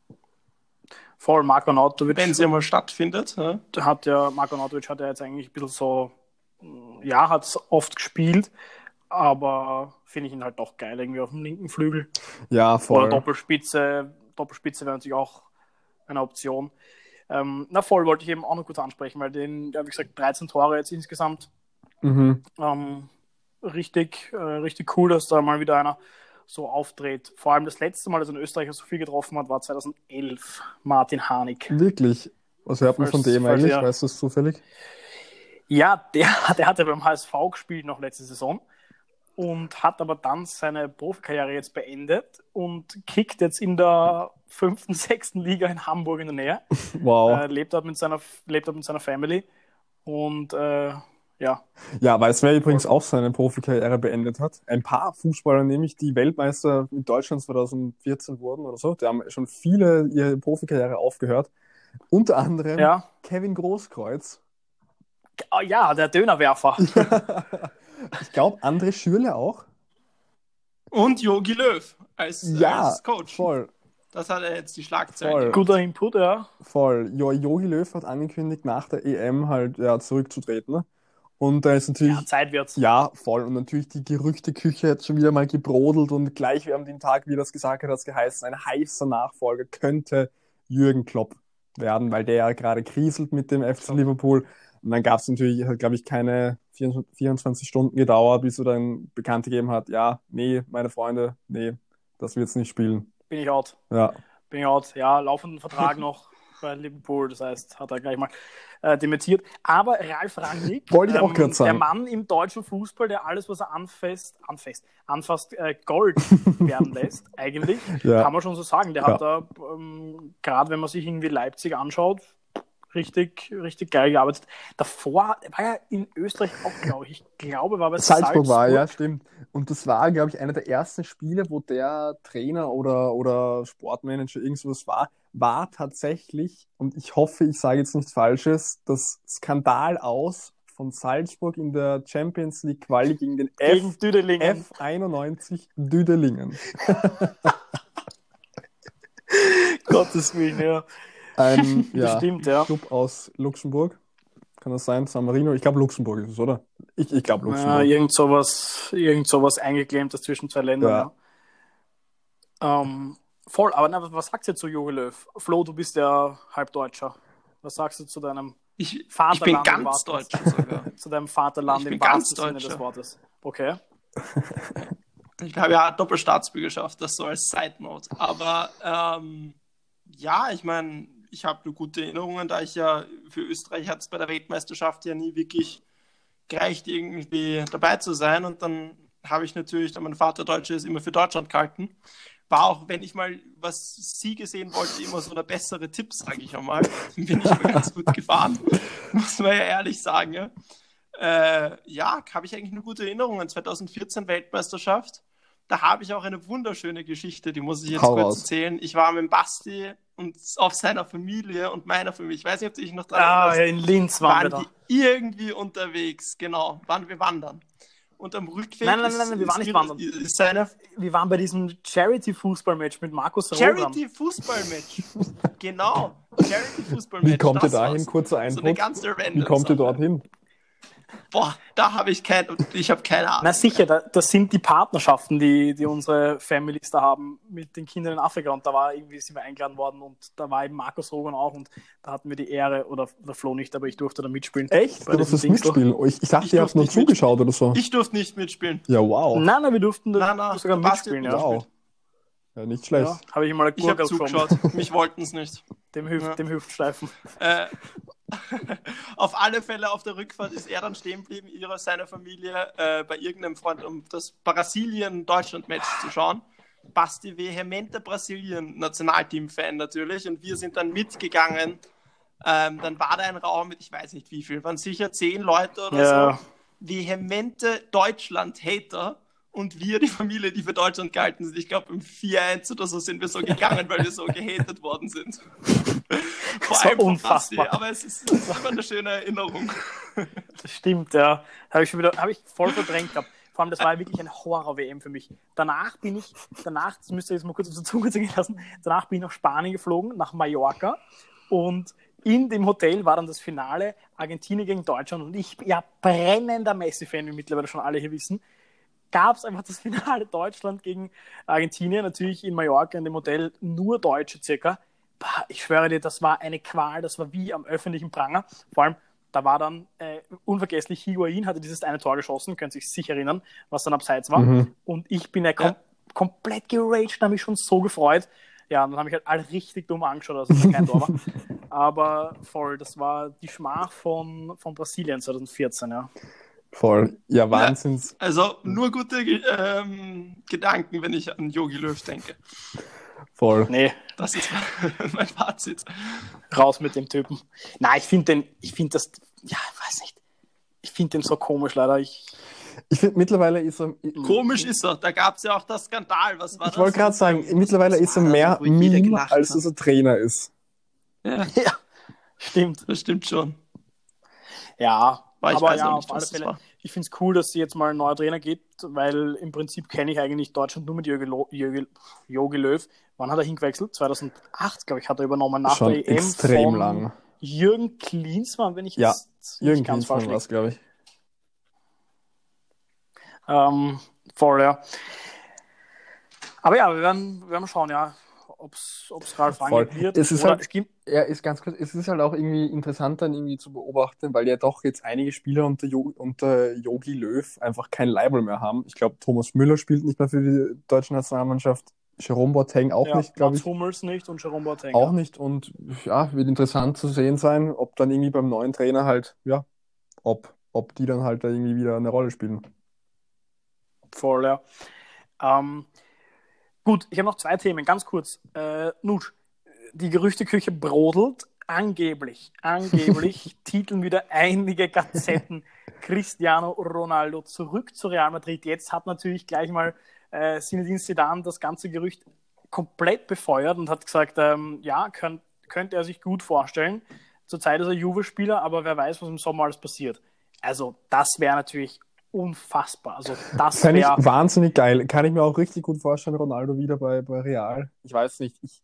Voll, Marko Arnautovic Wenn sie mal stattfindet. Ja. hat ja, Marko Arnautovic hat ja jetzt eigentlich ein bisschen so, ja, hat es oft gespielt, aber finde ich ihn halt doch geil, irgendwie auf dem linken Flügel. Ja, Oder voll. Doppelspitze, Doppelspitze wäre natürlich auch eine Option. Ähm, na voll, wollte ich eben auch noch kurz ansprechen, weil den, ja, wie gesagt, dreizehn Tore jetzt insgesamt. Mhm. Ähm, richtig, äh, richtig cool, dass da mal wieder einer so auftritt. Vor allem das letzte Mal, dass ein Österreicher so viel getroffen hat, war zweitausendelf, Martin Harnik. Wirklich. Was hört man von Falls- dem falls eigentlich? ihr- Weißt du es zufällig? Ja, der, der hat ja beim H S V gespielt noch letzte Saison und hat aber dann seine Profikarriere jetzt beendet und kickt jetzt in der fünften, sechsten Liga in Hamburg in der Nähe. Wow. Äh, lebt dort mit seiner, lebt dort mit seiner Family und äh, ja, Ja, weißt du, wer übrigens auch seine Profikarriere beendet hat? Ein paar Fußballer, nämlich die Weltmeister in Deutschland zweitausendvierzehn wurden oder so. Die haben schon viele ihre Profikarriere aufgehört. Unter anderem ja. Kevin Großkreuz. Oh, ja, der Dönerwerfer. Ich glaube, André Schürrle auch. Und Jogi Löw als, Ja, als Coach. voll, Das hat er jetzt die Schlagzeilen Voll. gemacht. Guter Input, ja. voll. Jo, Jogi Löw hat angekündigt, nach der E M halt ja, zurückzutreten. Ne? Und da ist natürlich, Ja, Zeit wird's. ja, voll. Und natürlich die Gerüchteküche hat schon wieder mal gebrodelt und gleich wie am den Tag, wie das gesagt hat, hat es geheißen, ein heißer Nachfolger könnte Jürgen Klopp werden, weil der ja gerade kriselt mit dem F C Liverpool. Und dann gab es natürlich, hat glaube ich keine vierundzwanzig Stunden gedauert, bis er dann bekannt gegeben hat, ja, nee, meine Freunde, nee, das wird's nicht spielen. Bin ich out. Ja, Bin ich out. Ja, laufenden Vertrag noch bei Liverpool, das heißt, hat er gleich mal äh, dementiert. Aber Ralf Rangnick, Wollte ich auch gerade sagen. der Mann im deutschen Fußball, der alles, was er anfasst, anfasst, anfasst äh, Gold werden lässt, eigentlich, Ja. kann man schon so sagen. Der Ja. hat da, ähm, gerade wenn man sich irgendwie Leipzig anschaut, richtig, richtig geil gearbeitet. Davor war er in Österreich auch, glaube ich. Ich glaube, war bei Salzburg war, ja, Salzburg. stimmt. Und das war, glaube ich, einer der ersten Spiele, wo der Trainer oder, oder Sportmanager irgendwas war, war tatsächlich, und ich hoffe, ich sage jetzt nichts Falsches, das Skandal aus von Salzburg in der Champions League Quali gegen den Gegen F, Düdelingen. F einundneunzig Düdelingen. Gottes Willen, ja. Ein ja, Bestimmt, ja. Club aus Luxemburg. Kann das sein? San Marino? Ich glaube, Luxemburg ist es, oder? Ich, ich glaube, Ja, Luxemburg. irgend sowas, irgend sowas eingeklemmtes zwischen zwei Ländern, Ja. ja. Ähm, voll, aber na, was sagst du zu Jogi Löw? Flo, du bist ja halb Deutscher. Was sagst du zu deinem Ich, ich bin Vaterland im ganz wahrsten- Deutscher sogar. zu deinem Vaterland Ich im bin ganz wahrsten Sinne Deutscher. des Wortes? Okay. Ich habe ja Doppelstaatsbürgerschaft, das so als Side Note. Aber ähm, ja, ich meine, ich habe nur gute Erinnerungen, da ich ja für Österreich hat es bei der Weltmeisterschaft ja nie wirklich gereicht, irgendwie dabei zu sein. Und dann habe ich natürlich, da mein Vater Deutscher ist, immer für Deutschland gehalten. War auch, wenn ich mal was Siege sehen wollte, immer so der bessere Tipp, sage ich einmal. Bin ich mal ganz gut gefahren, muss man ja ehrlich sagen. Ja, äh, ja habe ich eigentlich eine gute Erinnerung an zwanzig vierzehn Weltmeisterschaft. Da habe ich auch eine wunderschöne Geschichte, die muss ich jetzt Hau kurz raus. erzählen. Ich war mit dem Basti und auf seiner Familie und meiner Familie. Ich weiß nicht, ob du dich noch dran Ah, ja, erinnerst. in Linz waren, wir Waren da. die irgendwie unterwegs, genau, waren wir wandern. Und am Rückweg Nein, nein, ist, nein, nein, wir waren ist, nicht wandern. ist seine Wir waren bei diesem Charity-Fußballmatch mit Markus Rogram. Charity-Fußballmatch. Genau, Charity-Fußballmatch. Wie kommt ihr das dahin? war's. Kurzer So eine Eintritt. ganz Wie random kommt ihr Sache. dorthin? Boah, da habe ich kein, ich habe keine Ahnung. Na sicher, da, das sind die Partnerschaften, die, die unsere Families da haben mit den Kindern in Afrika. Und da war irgendwie, sind wir eingeladen worden und da war eben Markus Rogan auch und da hatten wir die Ehre, oder der Flo nicht, aber ich durfte da mitspielen. Echt? Bei Du musst diesem das Dingsel. mitspielen? Oh, Ich, ich dachte, Ich ihr habt durfte nur nicht zugeschaut oder so. Ich durfte nicht mitspielen. Ja, wow. Nein, nein, wir durften da Nein, nein, sogar der Basti mitspielen, hat ja. Wow. Ja, nicht schlecht. Ja, habe ich ihm mal eine Ich habe Gurke geschoben, zugeschaut. Mich wollten es nicht. dem, Hüft, Ja. dem Hüftsteifen. Äh, auf alle Fälle auf der Rückfahrt ist er dann stehen geblieben, ihre, seine Familie, äh, bei irgendeinem Freund, um das Brasilien-Deutschland-Match zu schauen. Basti vehementer Brasilien-Nationalteam-Fan natürlich und wir sind dann mitgegangen. Ähm, dann war da ein Raum mit, ich weiß nicht wie viel, waren sicher zehn Leute oder Ja. so. Vehemente Deutschland-Hater. Und wir, die Familie, die für Deutschland gehalten sind, ich glaube im vier eins oder so sind wir so gegangen, weil wir so gehatet worden sind. Vor Das war allem von unfassbar. Basti, aber es ist, es ist immer eine schöne Erinnerung. Das stimmt, ja. Habe ich schon wieder, habe ich voll verdrängt gehabt. Vor allem, das war ja wirklich ein Horror-W M für mich. Danach bin ich, danach, das müsst ihr jetzt mal kurz auf die Zunge zergehen lassen, danach bin ich nach Spanien geflogen, nach Mallorca und in dem Hotel war dann das Finale Argentinien gegen Deutschland und ich, ja, brennender Messi-Fan, wie mittlerweile schon alle hier wissen, gab es einfach das Finale Deutschland gegen Argentinien, natürlich in Mallorca in dem Hotel, nur Deutsche circa. Bah, ich schwöre dir, das war eine Qual, das war wie am öffentlichen Pranger. Vor allem, da war dann äh, unvergesslich, Higuain hatte dieses eine Tor geschossen, könnt ihr sich sicher erinnern, was dann abseits war. Mhm. Und ich bin ja, kom Ja. komplett geraged, habe mich schon so gefreut. Ja, und dann habe ich halt alle richtig dumm angeschaut, dass es kein Tor war. Aber voll, das war die Schmach von, von Brasilien zwanzig vierzehn, ja. Voll. Ja, Wahnsinns. Also nur gute ähm, Gedanken, wenn ich an Jogi Löw denke. Voll. Nee, Das ist mein Fazit. raus mit dem Typen. Nein, ich finde den, ich finde das, ja, ich weiß nicht. Ich finde den so komisch leider. Ich, Ich finde, mittlerweile ist er. Komisch ist er. Da gab es ja auch das Skandal. Was war Ich das? wollte gerade sagen, mittlerweile ist er war mehr das, wo jeder Meme, gelacht als hat? dass er Trainer ist. Ja, ja, stimmt. das stimmt schon. Ja, Aber ich aber weiß ja, auch auf nicht, alle was das Fälle. war. Ich finde es cool, dass es jetzt mal ein neuer Trainer gibt, weil im Prinzip kenne ich eigentlich Deutschland nur mit Jogi, Lo- Jogi, Jogi Löw. Wann hat er hingewechselt? zweitausendacht, glaube ich, hat er übernommen nach Schon der E M extrem von lang. Jürgen Klinsmann, wenn ich Ja, jetzt Jürgen nicht ganz falsch Klinsmann war liege. es, glaube ich. Ähm, voll, ja. Aber ja, wir werden, wir werden schauen, ja, ob es Ralf Voll. Rangnick wird. Es ist oder halt- es gibt, Ja, ist ganz kurz, es ist halt auch irgendwie interessant dann irgendwie zu beobachten, weil ja doch jetzt einige Spieler unter, jo unter Jogi Löw einfach kein Label mehr haben. Ich glaube, Thomas Müller spielt nicht mehr für die deutsche Nationalmannschaft, Jerome Boateng auch ja, nicht, glaube Mats ich. Hummels nicht und Jerome Boateng. Auch ja. nicht und ja, wird interessant zu sehen sein, ob dann irgendwie beim neuen Trainer halt, ja, ob, ob die dann halt da irgendwie wieder eine Rolle spielen. Voll, ja. Ähm, gut, ich habe noch zwei Themen, ganz kurz. Äh, Nut, die Gerüchteküche brodelt. Angeblich, angeblich titeln wieder einige Gazetten Cristiano Ronaldo zurück zu Real Madrid. Jetzt hat natürlich gleich mal äh, Zinedine Zidane das ganze Gerücht komplett befeuert und hat gesagt, ähm, ja, könnt, könnte er sich gut vorstellen. Zurzeit ist er Juve-Spieler, aber wer weiß, was im Sommer alles passiert. Also das wäre natürlich unfassbar. Also das Fände ich wäre... wahnsinnig geil. Kann ich mir auch richtig gut vorstellen, Ronaldo wieder bei, bei Real. Ich weiß nicht, ich,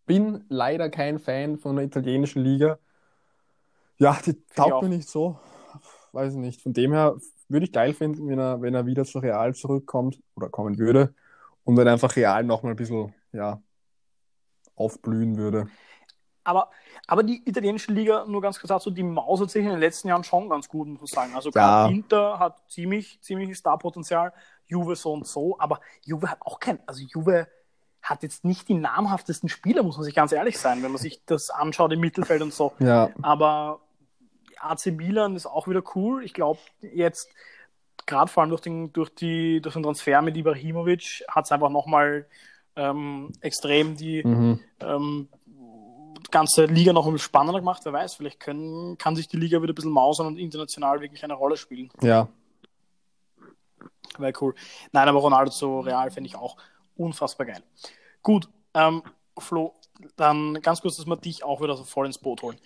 bin leider kein Fan von der italienischen Liga. Ja, die Finde ich taugt auch. mir nicht so. Weiß ich nicht. Von dem her würde ich geil finden, wenn er, wenn er wieder zu Real zurückkommt oder kommen würde und dann einfach Real nochmal ein bisschen, ja, aufblühen würde. Aber, aber die italienische Liga, nur ganz kurz dazu, die mausert sich in den letzten Jahren schon ganz gut, muss ich sagen. Also gerade Ja, Inter hat ziemlich, ziemlich Starpotenzial, Juve so und so, aber Juve hat auch kein, also Juve hat jetzt nicht die namhaftesten Spieler, muss man sich ganz ehrlich sein, wenn man sich das anschaut im Mittelfeld und so. ja, Aber A C Milan ist auch wieder cool. Ich glaube, jetzt, gerade vor allem durch den, durch, die, durch den Transfer mit Ibrahimovic, hat es einfach nochmal ähm, extrem die mhm. ähm, ganze Liga noch ein bisschen spannender gemacht. Wer weiß, vielleicht können, kann sich die Liga wieder ein bisschen mausern und international wirklich eine Rolle spielen. Ja, Wäre cool. Nein, aber Ronaldo zu Real finde ich auch unfassbar geil. Gut, ähm, Flo, dann ganz kurz, dass wir dich auch wieder so voll ins Boot holen.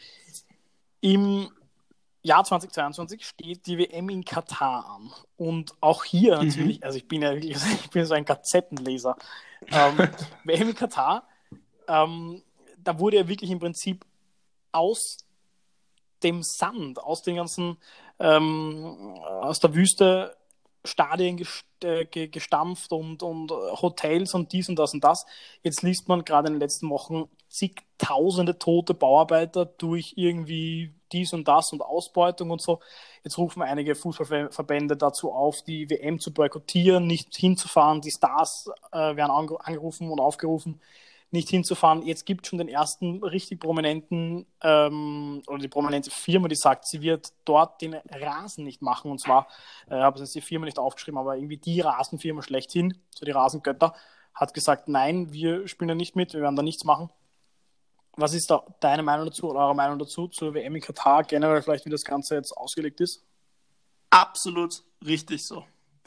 Im Jahr zweitausendzweiundzwanzig steht die W M in Katar an. Und auch hier natürlich, also ich bin ja wirklich, ich bin so ein Gazettenleser. Ähm, W M in Katar, ähm, da wurde ja wirklich im Prinzip aus dem Sand, aus den ganzen, ähm, aus der Wüste Stadien gest äh, gestampft und, und Hotels und dies und das und das. Jetzt liest man gerade in den letzten Wochen zigtausende tote Bauarbeiter durch irgendwie dies und das und Ausbeutung und so. Jetzt rufen einige Fußballverbände dazu auf, die W M zu boykottieren, nicht hinzufahren. Die Stars äh, werden angerufen und aufgerufen, nicht hinzufahren. Jetzt gibt es schon den ersten richtig prominenten ähm, oder die prominente Firma, die sagt, sie wird dort den Rasen nicht machen. Und zwar, ich äh, habe jetzt die Firma nicht aufgeschrieben, aber irgendwie die Rasenfirma schlechthin, so die Rasengötter, hat gesagt, nein, wir spielen da nicht mit, wir werden da nichts machen. Was ist da deine Meinung dazu oder eure Meinung dazu zur W M in Katar, generell vielleicht, wie das Ganze jetzt ausgelegt ist? Absolut richtig so.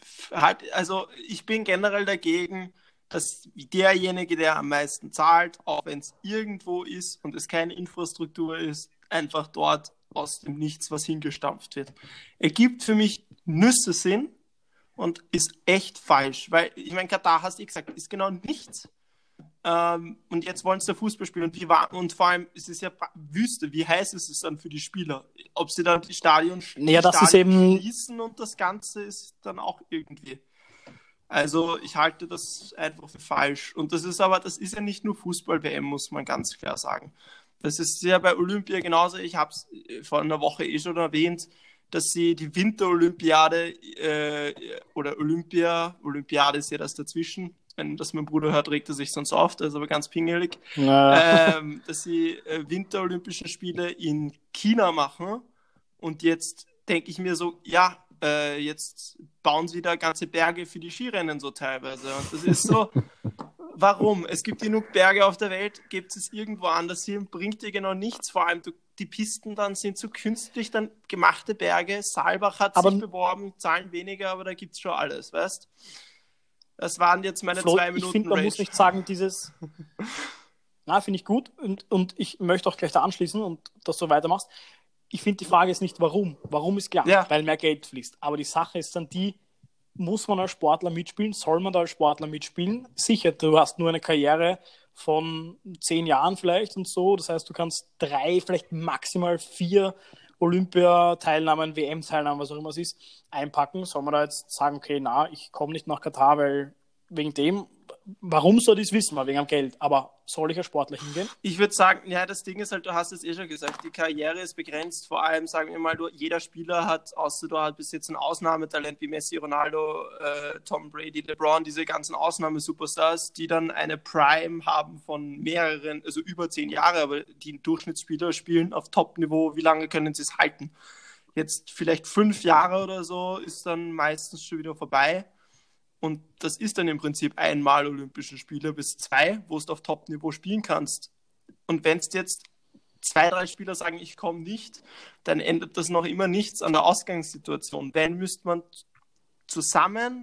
Also ich bin generell dagegen, dass derjenige, der am meisten zahlt, auch wenn es irgendwo ist und es keine Infrastruktur ist, einfach dort aus dem Nichts was hingestampft wird. Ergibt für mich Nüsse Sinn und ist echt falsch, weil ich meine, Katar, hast du gesagt, ist genau nichts. Ähm, und jetzt wollen sie da Fußball spielen und, wie war, und vor allem ist es ja Wüste. Wie heiß ist es dann für die Spieler? Ob sie dann die Stadion, naja, die das Stadion ist eben schließen und das Ganze ist dann auch irgendwie. Also ich halte das einfach für falsch. Und das ist aber, das ist ja nicht nur Fußball-W M, muss man ganz klar sagen. Das ist ja bei Olympia genauso. Ich habe es vor einer Woche eh schon erwähnt, dass sie die Winterolympiade äh, oder Olympia, Olympiade ist ja das dazwischen. Wenn das mein Bruder hört, regt er sich sonst auf, das ist aber ganz pingelig. Ja. Ähm, dass sie äh, Winterolympischen Spiele in China machen. Und jetzt denke ich mir so, ja, äh, jetzt bauen sie da ganze Berge für die Skirennen so teilweise. Und das ist so, warum? Es gibt genug Berge auf der Welt, gibt es irgendwo anders hin, bringt dir genau nichts. Vor allem du, die Pisten dann sind so künstlich dann gemachte Berge. Saalbach hat aber, sich beworben, zahlen weniger, aber da gibt es schon alles, weißt du? Das waren jetzt meine Flo, zwei Minuten. Ich finde, man muss nicht sagen, dieses. Na, finde ich gut. Und, und ich möchte auch gleich da anschließen und dass du weitermachst. Ich finde, die Frage ist nicht, warum. Warum ist klar, ja. Weil mehr Geld fließt. Aber die Sache ist dann die, muss man als Sportler mitspielen? Soll man da als Sportler mitspielen? Sicher, du hast nur eine Karriere von zehn Jahren vielleicht und so. Das heißt, du kannst drei, vielleicht maximal vier Olympia-Teilnahmen, W M-Teilnahmen, was auch immer es ist, einpacken. Soll man da jetzt sagen, okay, na, ich komme nicht nach Katar, weil wegen dem, warum soll das wissen wir, wegen dem Geld, aber soll ich als Sportler hingehen? Ich würde sagen, ja, das Ding ist halt, du hast es eh schon gesagt, die Karriere ist begrenzt, vor allem, sagen wir mal, du, jeder Spieler hat, außer du hast bis jetzt ein Ausnahmetalent wie Messi, Ronaldo, äh, Tom Brady, LeBron, diese ganzen Ausnahmesuperstars, die dann eine Prime haben von mehreren, also über zehn Jahre, aber die Durchschnittsspieler spielen auf Top-Niveau, wie lange können sie es halten? Jetzt vielleicht fünf Jahre oder so ist dann meistens schon wieder vorbei. Und das ist dann im Prinzip einmal Olympischen Spiele bis zwei, wo du auf Top-Niveau spielen kannst. Und wenn es jetzt zwei, drei Spieler sagen, ich komme nicht, dann ändert das noch immer nichts an der Ausgangssituation. Wenn müsste man zusammen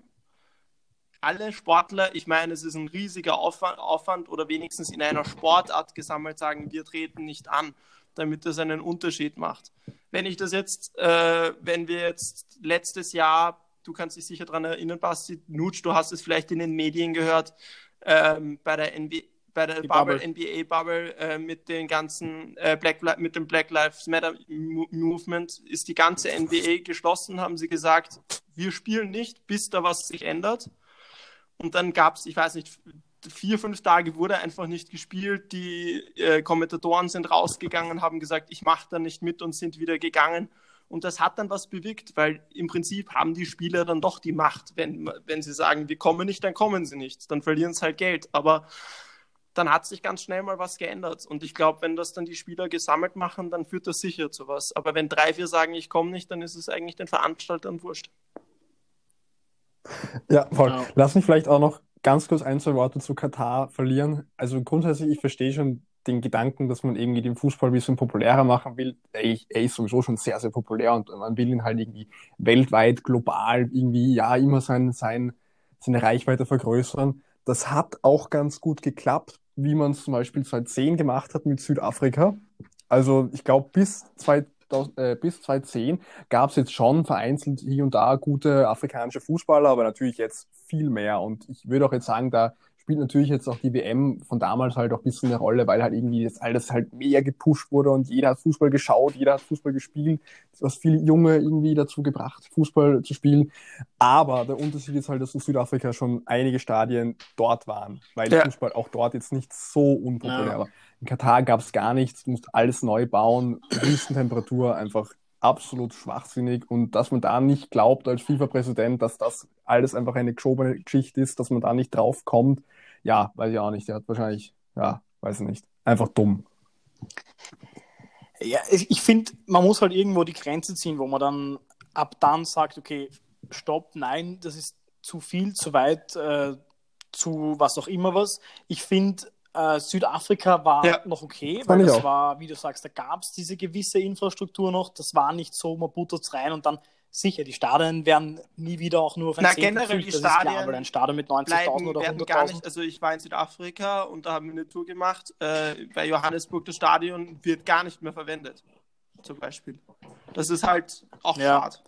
alle Sportler, ich meine, es ist ein riesiger Aufwand, Aufwand oder wenigstens in einer Sportart gesammelt sagen, wir treten nicht an, damit das einen Unterschied macht. Wenn ich das jetzt, äh, wenn wir jetzt letztes Jahr, du kannst dich sicher daran erinnern, Basti Nutsch, du hast es vielleicht in den Medien gehört, ähm, bei der N B A, bei der Die Bubble, Bubble. N B A-Bubble äh, mit den ganzen äh, Black, Li- mit dem Black Lives Matter Mo- Movement ist die ganze N B A geschlossen, haben sie gesagt, wir spielen nicht, bis da was sich ändert. Und dann gab es, ich weiß nicht, vier, fünf Tage wurde einfach nicht gespielt. Die äh, Kommentatoren sind rausgegangen, haben gesagt, ich mache da nicht mit und sind wieder gegangen. Und das hat dann was bewirkt, weil im Prinzip haben die Spieler dann doch die Macht. Wenn, wenn sie sagen, wir kommen nicht, dann kommen sie nicht. Dann verlieren sie halt Geld. Aber dann hat sich ganz schnell mal was geändert. Und ich glaube, wenn das dann die Spieler gesammelt machen, dann führt das sicher zu was. Aber wenn drei, vier sagen, ich komme nicht, dann ist es eigentlich den Veranstaltern wurscht. Ja, voll. Ja. Lass mich vielleicht auch noch ganz kurz ein, zwei Worte zu Katar verlieren. Also grundsätzlich, ich verstehe schon den Gedanken, dass man irgendwie den Fußball ein bisschen populärer machen will. Er, er ist sowieso schon sehr, sehr populär und man will ihn halt irgendwie weltweit, global irgendwie, ja, immer sein, sein, seine Reichweite vergrößern. Das hat auch ganz gut geklappt, wie man es zum Beispiel zweitausendzehn gemacht hat mit Südafrika. Also ich glaube, bis zweitausend, äh, bis zweitausendzehn gab es jetzt schon vereinzelt hier und da gute afrikanische Fußballer, aber natürlich jetzt viel mehr. Und ich würde auch jetzt sagen, da spielt natürlich jetzt auch die W M von damals halt auch ein bisschen eine Rolle, weil halt irgendwie jetzt alles halt mehr gepusht wurde und jeder hat Fußball geschaut, jeder hat Fußball gespielt, was viele Junge irgendwie dazu gebracht, Fußball zu spielen. Aber der Unterschied ist halt, dass in Südafrika schon einige Stadien dort waren, weil Ja. Fußball auch dort jetzt nicht so unpopulär Ja. war. In Katar gab es gar nichts, du musst alles neu bauen, Wüstentemperatur, einfach absolut schwachsinnig und dass man da nicht glaubt als FIFA-Präsident, dass das alles einfach eine geschobene Geschichte ist, dass man da nicht drauf kommt, ja, weiß ich auch nicht. Der hat wahrscheinlich, ja, weiß ich nicht, einfach dumm. Ja, ich ich finde, man muss halt irgendwo die Grenze ziehen, wo man dann ab dann sagt, okay, stopp, nein, das ist zu viel, zu weit, äh, zu was auch immer was. Ich finde, äh, Südafrika war Ja. noch okay, Fand weil ich das auch. war, wie du sagst, da gab es diese gewisse Infrastruktur noch. Das war nicht so, man buttert rein und dann sicher, die Stadien werden nie wieder auch nur auf ein Na, Zehntel generell gefüllt, die das ist klar, Stadien weil ein Stadion mit neunzigtausend bleiben, oder werden gar nicht, hunderttausend. also ich war in Südafrika und da haben wir eine Tour gemacht, äh, bei Johannesburg, das Stadion wird gar nicht mehr verwendet, zum Beispiel. Das ist halt auch Ja. schade.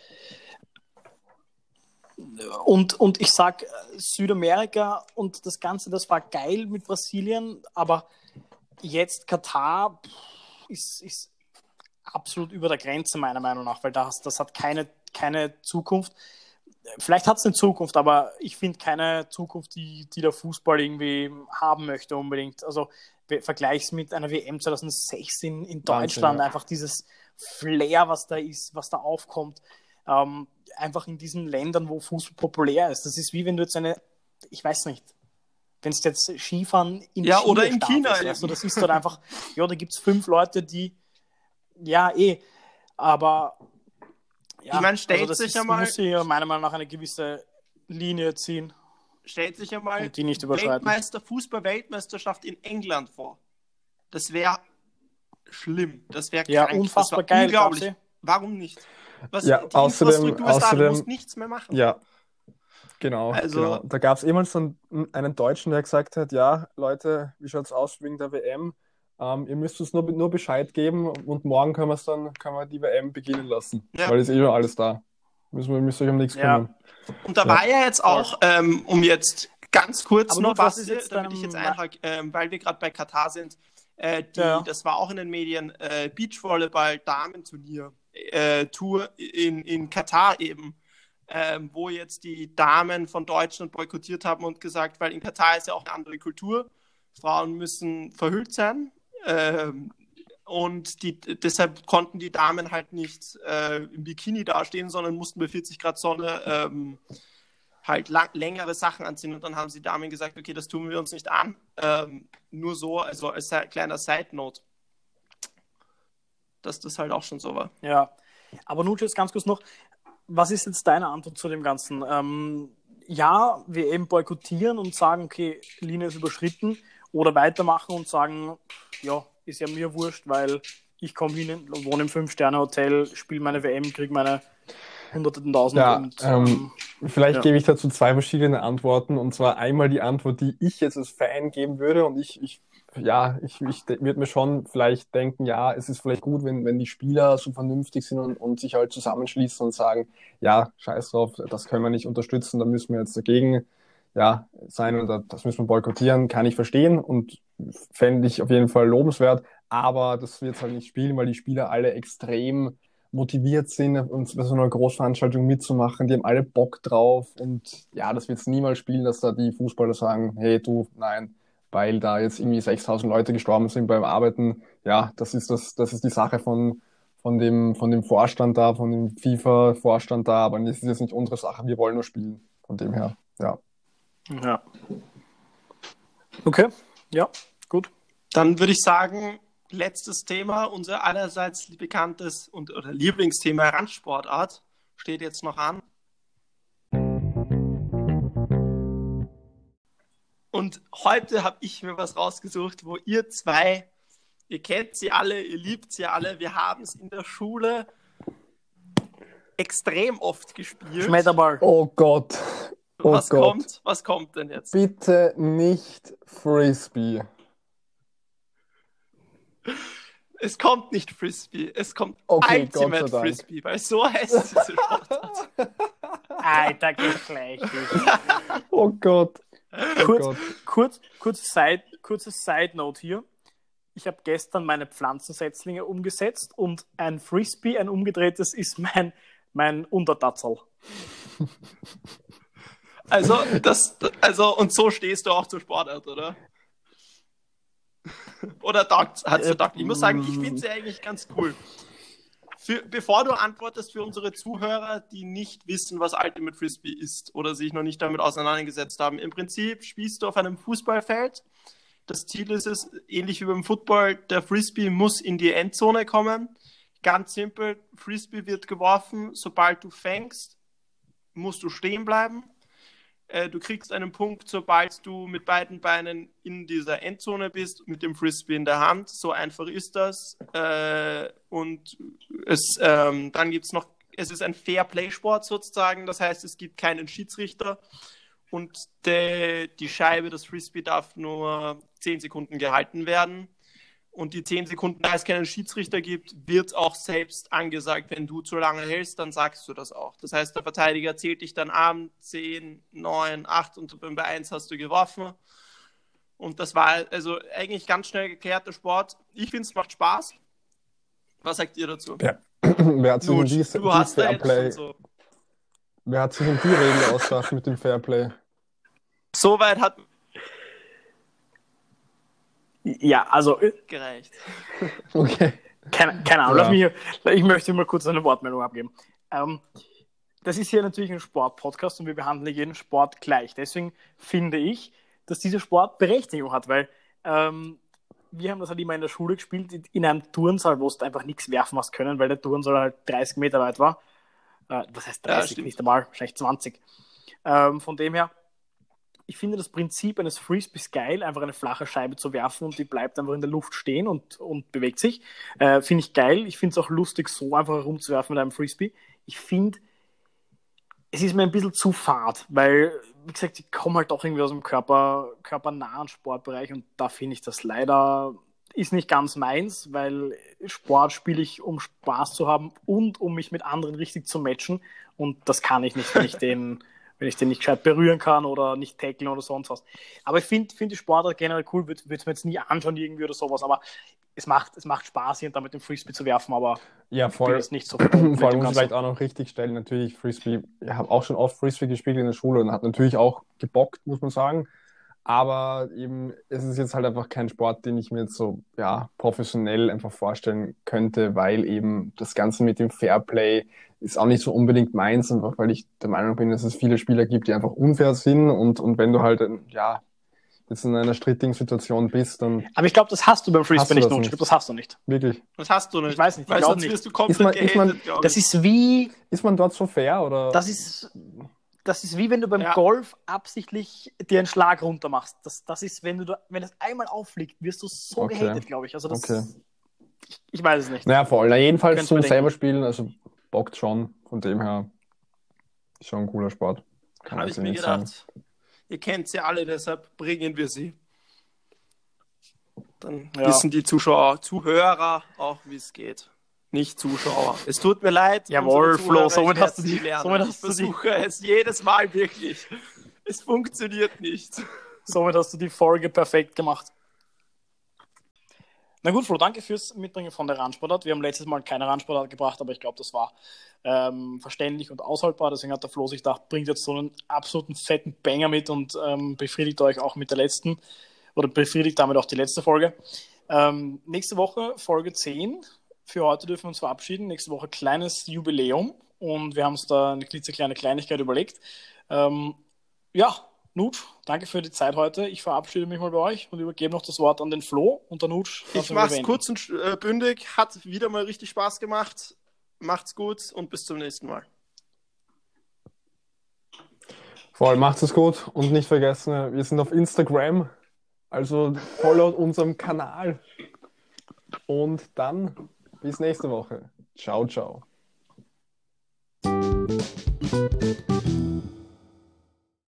Und, und ich sag, äh, Südamerika und das Ganze, das war geil mit Brasilien, aber jetzt Katar pff, ist, ist absolut über der Grenze meiner Meinung nach, weil das, das hat keine, keine Zukunft. Vielleicht hat es eine Zukunft, aber ich finde keine Zukunft, die, die der Fußball irgendwie haben möchte unbedingt. Also vergleichs mit einer W M zweitausendsechs in, in Deutschland, ja. einfach dieses Flair, was da ist, was da aufkommt, ähm, einfach in diesen Ländern, wo Fußball populär ist. Das ist wie wenn du jetzt eine, ich weiß nicht, wenn es jetzt Skifahren in Ja, Chile oder in China startest, weißt du, eben. das ist dann einfach, ja, da gibt es fünf Leute, die, ja, eh, aber ja, Ich meine, stellt also das sich ist, ja mal- muss hier meiner Meinung nach eine gewisse Linie ziehen Stellt sich ja mal und die nicht überschreiten. Weltmeister, Fußball-Weltmeisterschaft in England vor. Das wäre schlimm. Das wäre Ja, krank. unfassbar das wär geil, unglaublich. glaubst Warum nicht? Was, Ja, die außerdem- Infrastruktur ist da, du außerdem- musst nichts mehr machen. Ja, genau. Also- genau. Da gab es jemals so einen, einen Deutschen, der gesagt hat, ja, Leute, wie schaut's aus wegen der W M? Ähm, ihr müsst uns nur, nur Bescheid geben und morgen können wir dann können wir die W M beginnen lassen. Ja. Weil es ist eh schon alles da. Müssen wir müsst euch um nichts Ja. kümmern. Und da Ja. war ja jetzt auch, ähm, um jetzt ganz kurz Aber noch Lutz, was was, ist jetzt damit ich deinem- jetzt einhake, ähm, weil wir gerade bei Katar sind, äh, die, Ja. das war auch in den Medien, äh, Beachvolleyball-Damenturnier, äh, Tour in, in Katar eben, ähm, wo jetzt die Damen von Deutschland boykottiert haben und gesagt, weil in Katar ist ja auch eine andere Kultur, Frauen müssen verhüllt sein, ähm, und die, deshalb konnten die Damen halt nicht äh, im Bikini dastehen, sondern mussten bei vierzig Grad Sonne ähm, halt lang, längere Sachen anziehen. Und dann haben die Damen gesagt, okay, das tun wir uns nicht an. Ähm, nur so, also als kleiner Side-Note, dass das halt auch schon so war. Ja, aber nun jetzt ganz kurz noch, was ist jetzt deine Antwort zu dem Ganzen? Ähm, ja, wir eben boykottieren und sagen, okay, Linie ist überschritten, oder weitermachen und sagen, ja, ist ja mir wurscht, weil ich komme hin, wohne im Fünf-Sterne-Hotel, spiele meine W M, kriege meine Hunderten Tausend Ja, und ähm, Vielleicht ja. gebe ich dazu zwei verschiedene Antworten. Und zwar einmal die Antwort, die ich jetzt als Fan geben würde. Und ich, ich ja, ich, ich würde mir schon vielleicht denken, ja, es ist vielleicht gut, wenn, wenn die Spieler so vernünftig sind und, und sich halt zusammenschließen und sagen, ja, scheiß drauf, das können wir nicht unterstützen, da müssen wir jetzt dagegen, ja, sein und das müssen wir boykottieren, kann ich verstehen und fände ich auf jeden Fall lobenswert, aber das wird halt nicht spielen, weil die Spieler alle extrem motiviert sind, uns bei so einer Großveranstaltung mitzumachen, die haben alle Bock drauf und ja, das wird es niemals spielen, dass da die Fußballer sagen, hey du, nein, weil da jetzt irgendwie sechstausend Leute gestorben sind beim Arbeiten, ja, das ist das, das ist die Sache von von dem, von dem Vorstand da, von dem FIFA-Vorstand da, aber das ist jetzt nicht unsere Sache, wir wollen nur spielen, von dem her, ja. Ja. Okay, ja, gut. Dann würde ich sagen, letztes Thema, unser allerseits bekanntes und oder Lieblingsthema Randsportart steht jetzt noch an. Und heute habe ich mir was rausgesucht, wo ihr zwei, ihr kennt sie alle, ihr liebt sie alle, wir haben es in der Schule extrem oft gespielt. Schmetterball. Oh Gott. Oh was Gott. kommt? Was kommt denn jetzt? Bitte nicht Frisbee. Es kommt nicht Frisbee, es kommt Okay, Ultimate Gott sei Dank. Frisbee, weil so heißt diese Sportart. Alter, Geschlecht. Oh Gott. Oh Kurz, Gott. kurz, kurz Side, kurzes Side-Note hier. Ich habe gestern meine Pflanzensetzlinge umgesetzt und ein Frisbee, ein umgedrehtes, ist mein, mein Untertatzel. Also, das, also, und so stehst du auch zur Sportart, oder? Oder taugt, hat's dir taugt? Ich muss sagen, ich finde sie eigentlich ganz cool. Für, bevor du antwortest für unsere Zuhörer, die nicht wissen, was Ultimate Frisbee ist oder sich noch nicht damit auseinandergesetzt haben, im Prinzip spielst du auf einem Fußballfeld. Das Ziel ist es, ähnlich wie beim Football, der Frisbee muss in die Endzone kommen. Ganz simpel, Frisbee wird geworfen, sobald du fängst, musst du stehen bleiben. Du kriegst einen Punkt, sobald du mit beiden Beinen in dieser Endzone bist, mit dem Frisbee in der Hand. So einfach ist das. Und es, ähm, dann gibt es noch, es ist ein Fair-Play-Sport sozusagen. Das heißt, es gibt keinen Schiedsrichter. Und de, die Scheibe, das Frisbee, darf nur zehn Sekunden gehalten werden. Und die zehn Sekunden, da es keinen Schiedsrichter gibt, wird auch selbst angesagt, wenn du zu lange hältst, dann sagst du das auch. Das heißt, der Verteidiger zählt dich dann an, zehn, neun, acht und bei eins hast du geworfen. Und das war also eigentlich ganz schnell geklärter Sport. Ich finde, es macht Spaß. Was sagt ihr dazu? Ja. Wer hat sich Nun, um die, du die hast da jetzt Fairplay, schon so. wer hat sich um die Regel ausgedacht mit dem Fairplay? Soweit hat Ja, also, gereicht. Okay. keine, keine Ahnung, Ja. lass mich hier, ich möchte mal kurz eine Wortmeldung abgeben. Ähm, das ist hier natürlich ein Sport-Podcast und wir behandeln jeden Sport gleich. Deswegen finde ich, dass dieser Sport Berechtigung hat, weil ähm, wir haben das halt immer in der Schule gespielt, in einem Turnsaal, wo du einfach nichts werfen hast können, weil der Turnsaal halt dreißig Meter weit war. Äh, was heißt dreißig? Ja, nicht einmal, vielleicht zwanzig. Ähm, von dem her, ich finde das Prinzip eines Frisbees geil, einfach eine flache Scheibe zu werfen und die bleibt einfach in der Luft stehen und, und bewegt sich. Äh, finde ich geil. Ich finde es auch lustig, so einfach herumzuwerfen mit einem Frisbee. Ich finde, es ist mir ein bisschen zu fad, weil, wie gesagt, ich komme halt doch irgendwie aus dem Körper, körpernahen Sportbereich und da finde ich das leider ist nicht ganz meins, weil Sport spiele ich, um Spaß zu haben und um mich mit anderen richtig zu matchen und das kann ich nicht, wenn ich den wenn ich den nicht gescheit berühren kann oder nicht tackeln oder sonst was. Aber ich finde find die Sportart generell cool, würde es mir jetzt nie anschauen irgendwie oder sowas, aber es macht, es macht Spaß, hier und da mit dem Frisbee zu werfen, aber Ja, ich bin voll. jetzt nicht so Vor allem muss ich Ganzen. vielleicht auch noch richtig stellen, natürlich Frisbee, ich habe auch schon oft Frisbee gespielt in der Schule und hat natürlich auch gebockt, muss man sagen. Aber eben, es ist jetzt halt einfach kein Sport, den ich mir jetzt so ja, professionell einfach vorstellen könnte, weil eben das Ganze mit dem Fairplay ist auch nicht so unbedingt meins, einfach weil ich der Meinung bin, dass es viele Spieler gibt, die einfach unfair sind und, und wenn du halt ja, jetzt in einer strittigen Situation bist, dann Aber ich glaube, das hast du beim Hast Frisbee du nicht, das Nutsch. Ich nicht? glaube, das hast du nicht. wirklich, Das hast du nicht. Ich weiß nicht, ich Weil glaub sonst nicht. wirst du komplett Ist man- ist man- gehatet, glaub Das ich. ist wie, ist man dort so fair oder? das ist, das ist wie wenn du beim Ja. Golf absichtlich dir einen Schlag runter machst. Das, das ist, wenn du da, wenn das einmal auffliegt, wirst du so Okay. gehatet, glaube ich. Also das, Okay. ich, ich weiß es nicht. Naja, voll. Na, jedenfalls Könnt's zum mir denken. selber spielen, also bockt schon, von dem her ist schon ein cooler Sport. Kann Habe man ich so mir nicht sagen. gedacht. Ihr kennt sie alle, deshalb bringen wir sie. Dann Ja. wissen die Zuschauer, Zuhörer auch, wie es geht. Nicht Zuschauer. Es tut mir leid. Jawohl, unsere Flo, Zuhörer, somit ich hast du werd's die- lernen. somit Ich hast du die- versuche es jedes Mal wirklich Es funktioniert nicht. Somit hast du die Folge perfekt gemacht. Na gut, Flo, danke fürs Mitbringen von der Randsportart. Wir haben letztes Mal keine Randsportart gebracht, aber ich glaube, das war ähm, verständlich und aushaltbar. Deswegen hat der Flo sich gedacht, bringt jetzt so einen absoluten fetten Banger mit und ähm, befriedigt euch auch mit der letzten oder befriedigt damit auch die letzte Folge. Ähm, nächste Woche Folge zehn. Für heute dürfen wir uns verabschieden. Nächste Woche kleines Jubiläum und wir haben uns da eine klitzekleine Kleinigkeit überlegt. Ähm, ja, Nutsch, danke für die Zeit heute. Ich verabschiede mich mal bei euch und übergebe noch das Wort an den Flo und der Nutsch. Ich mach's kurz und äh, bündig. Hat wieder mal richtig Spaß gemacht. Macht's gut und bis zum nächsten Mal. Voll, macht es gut und nicht vergessen, wir sind auf Instagram, also followt unserem Kanal. Und dann bis nächste Woche. Ciao, ciao.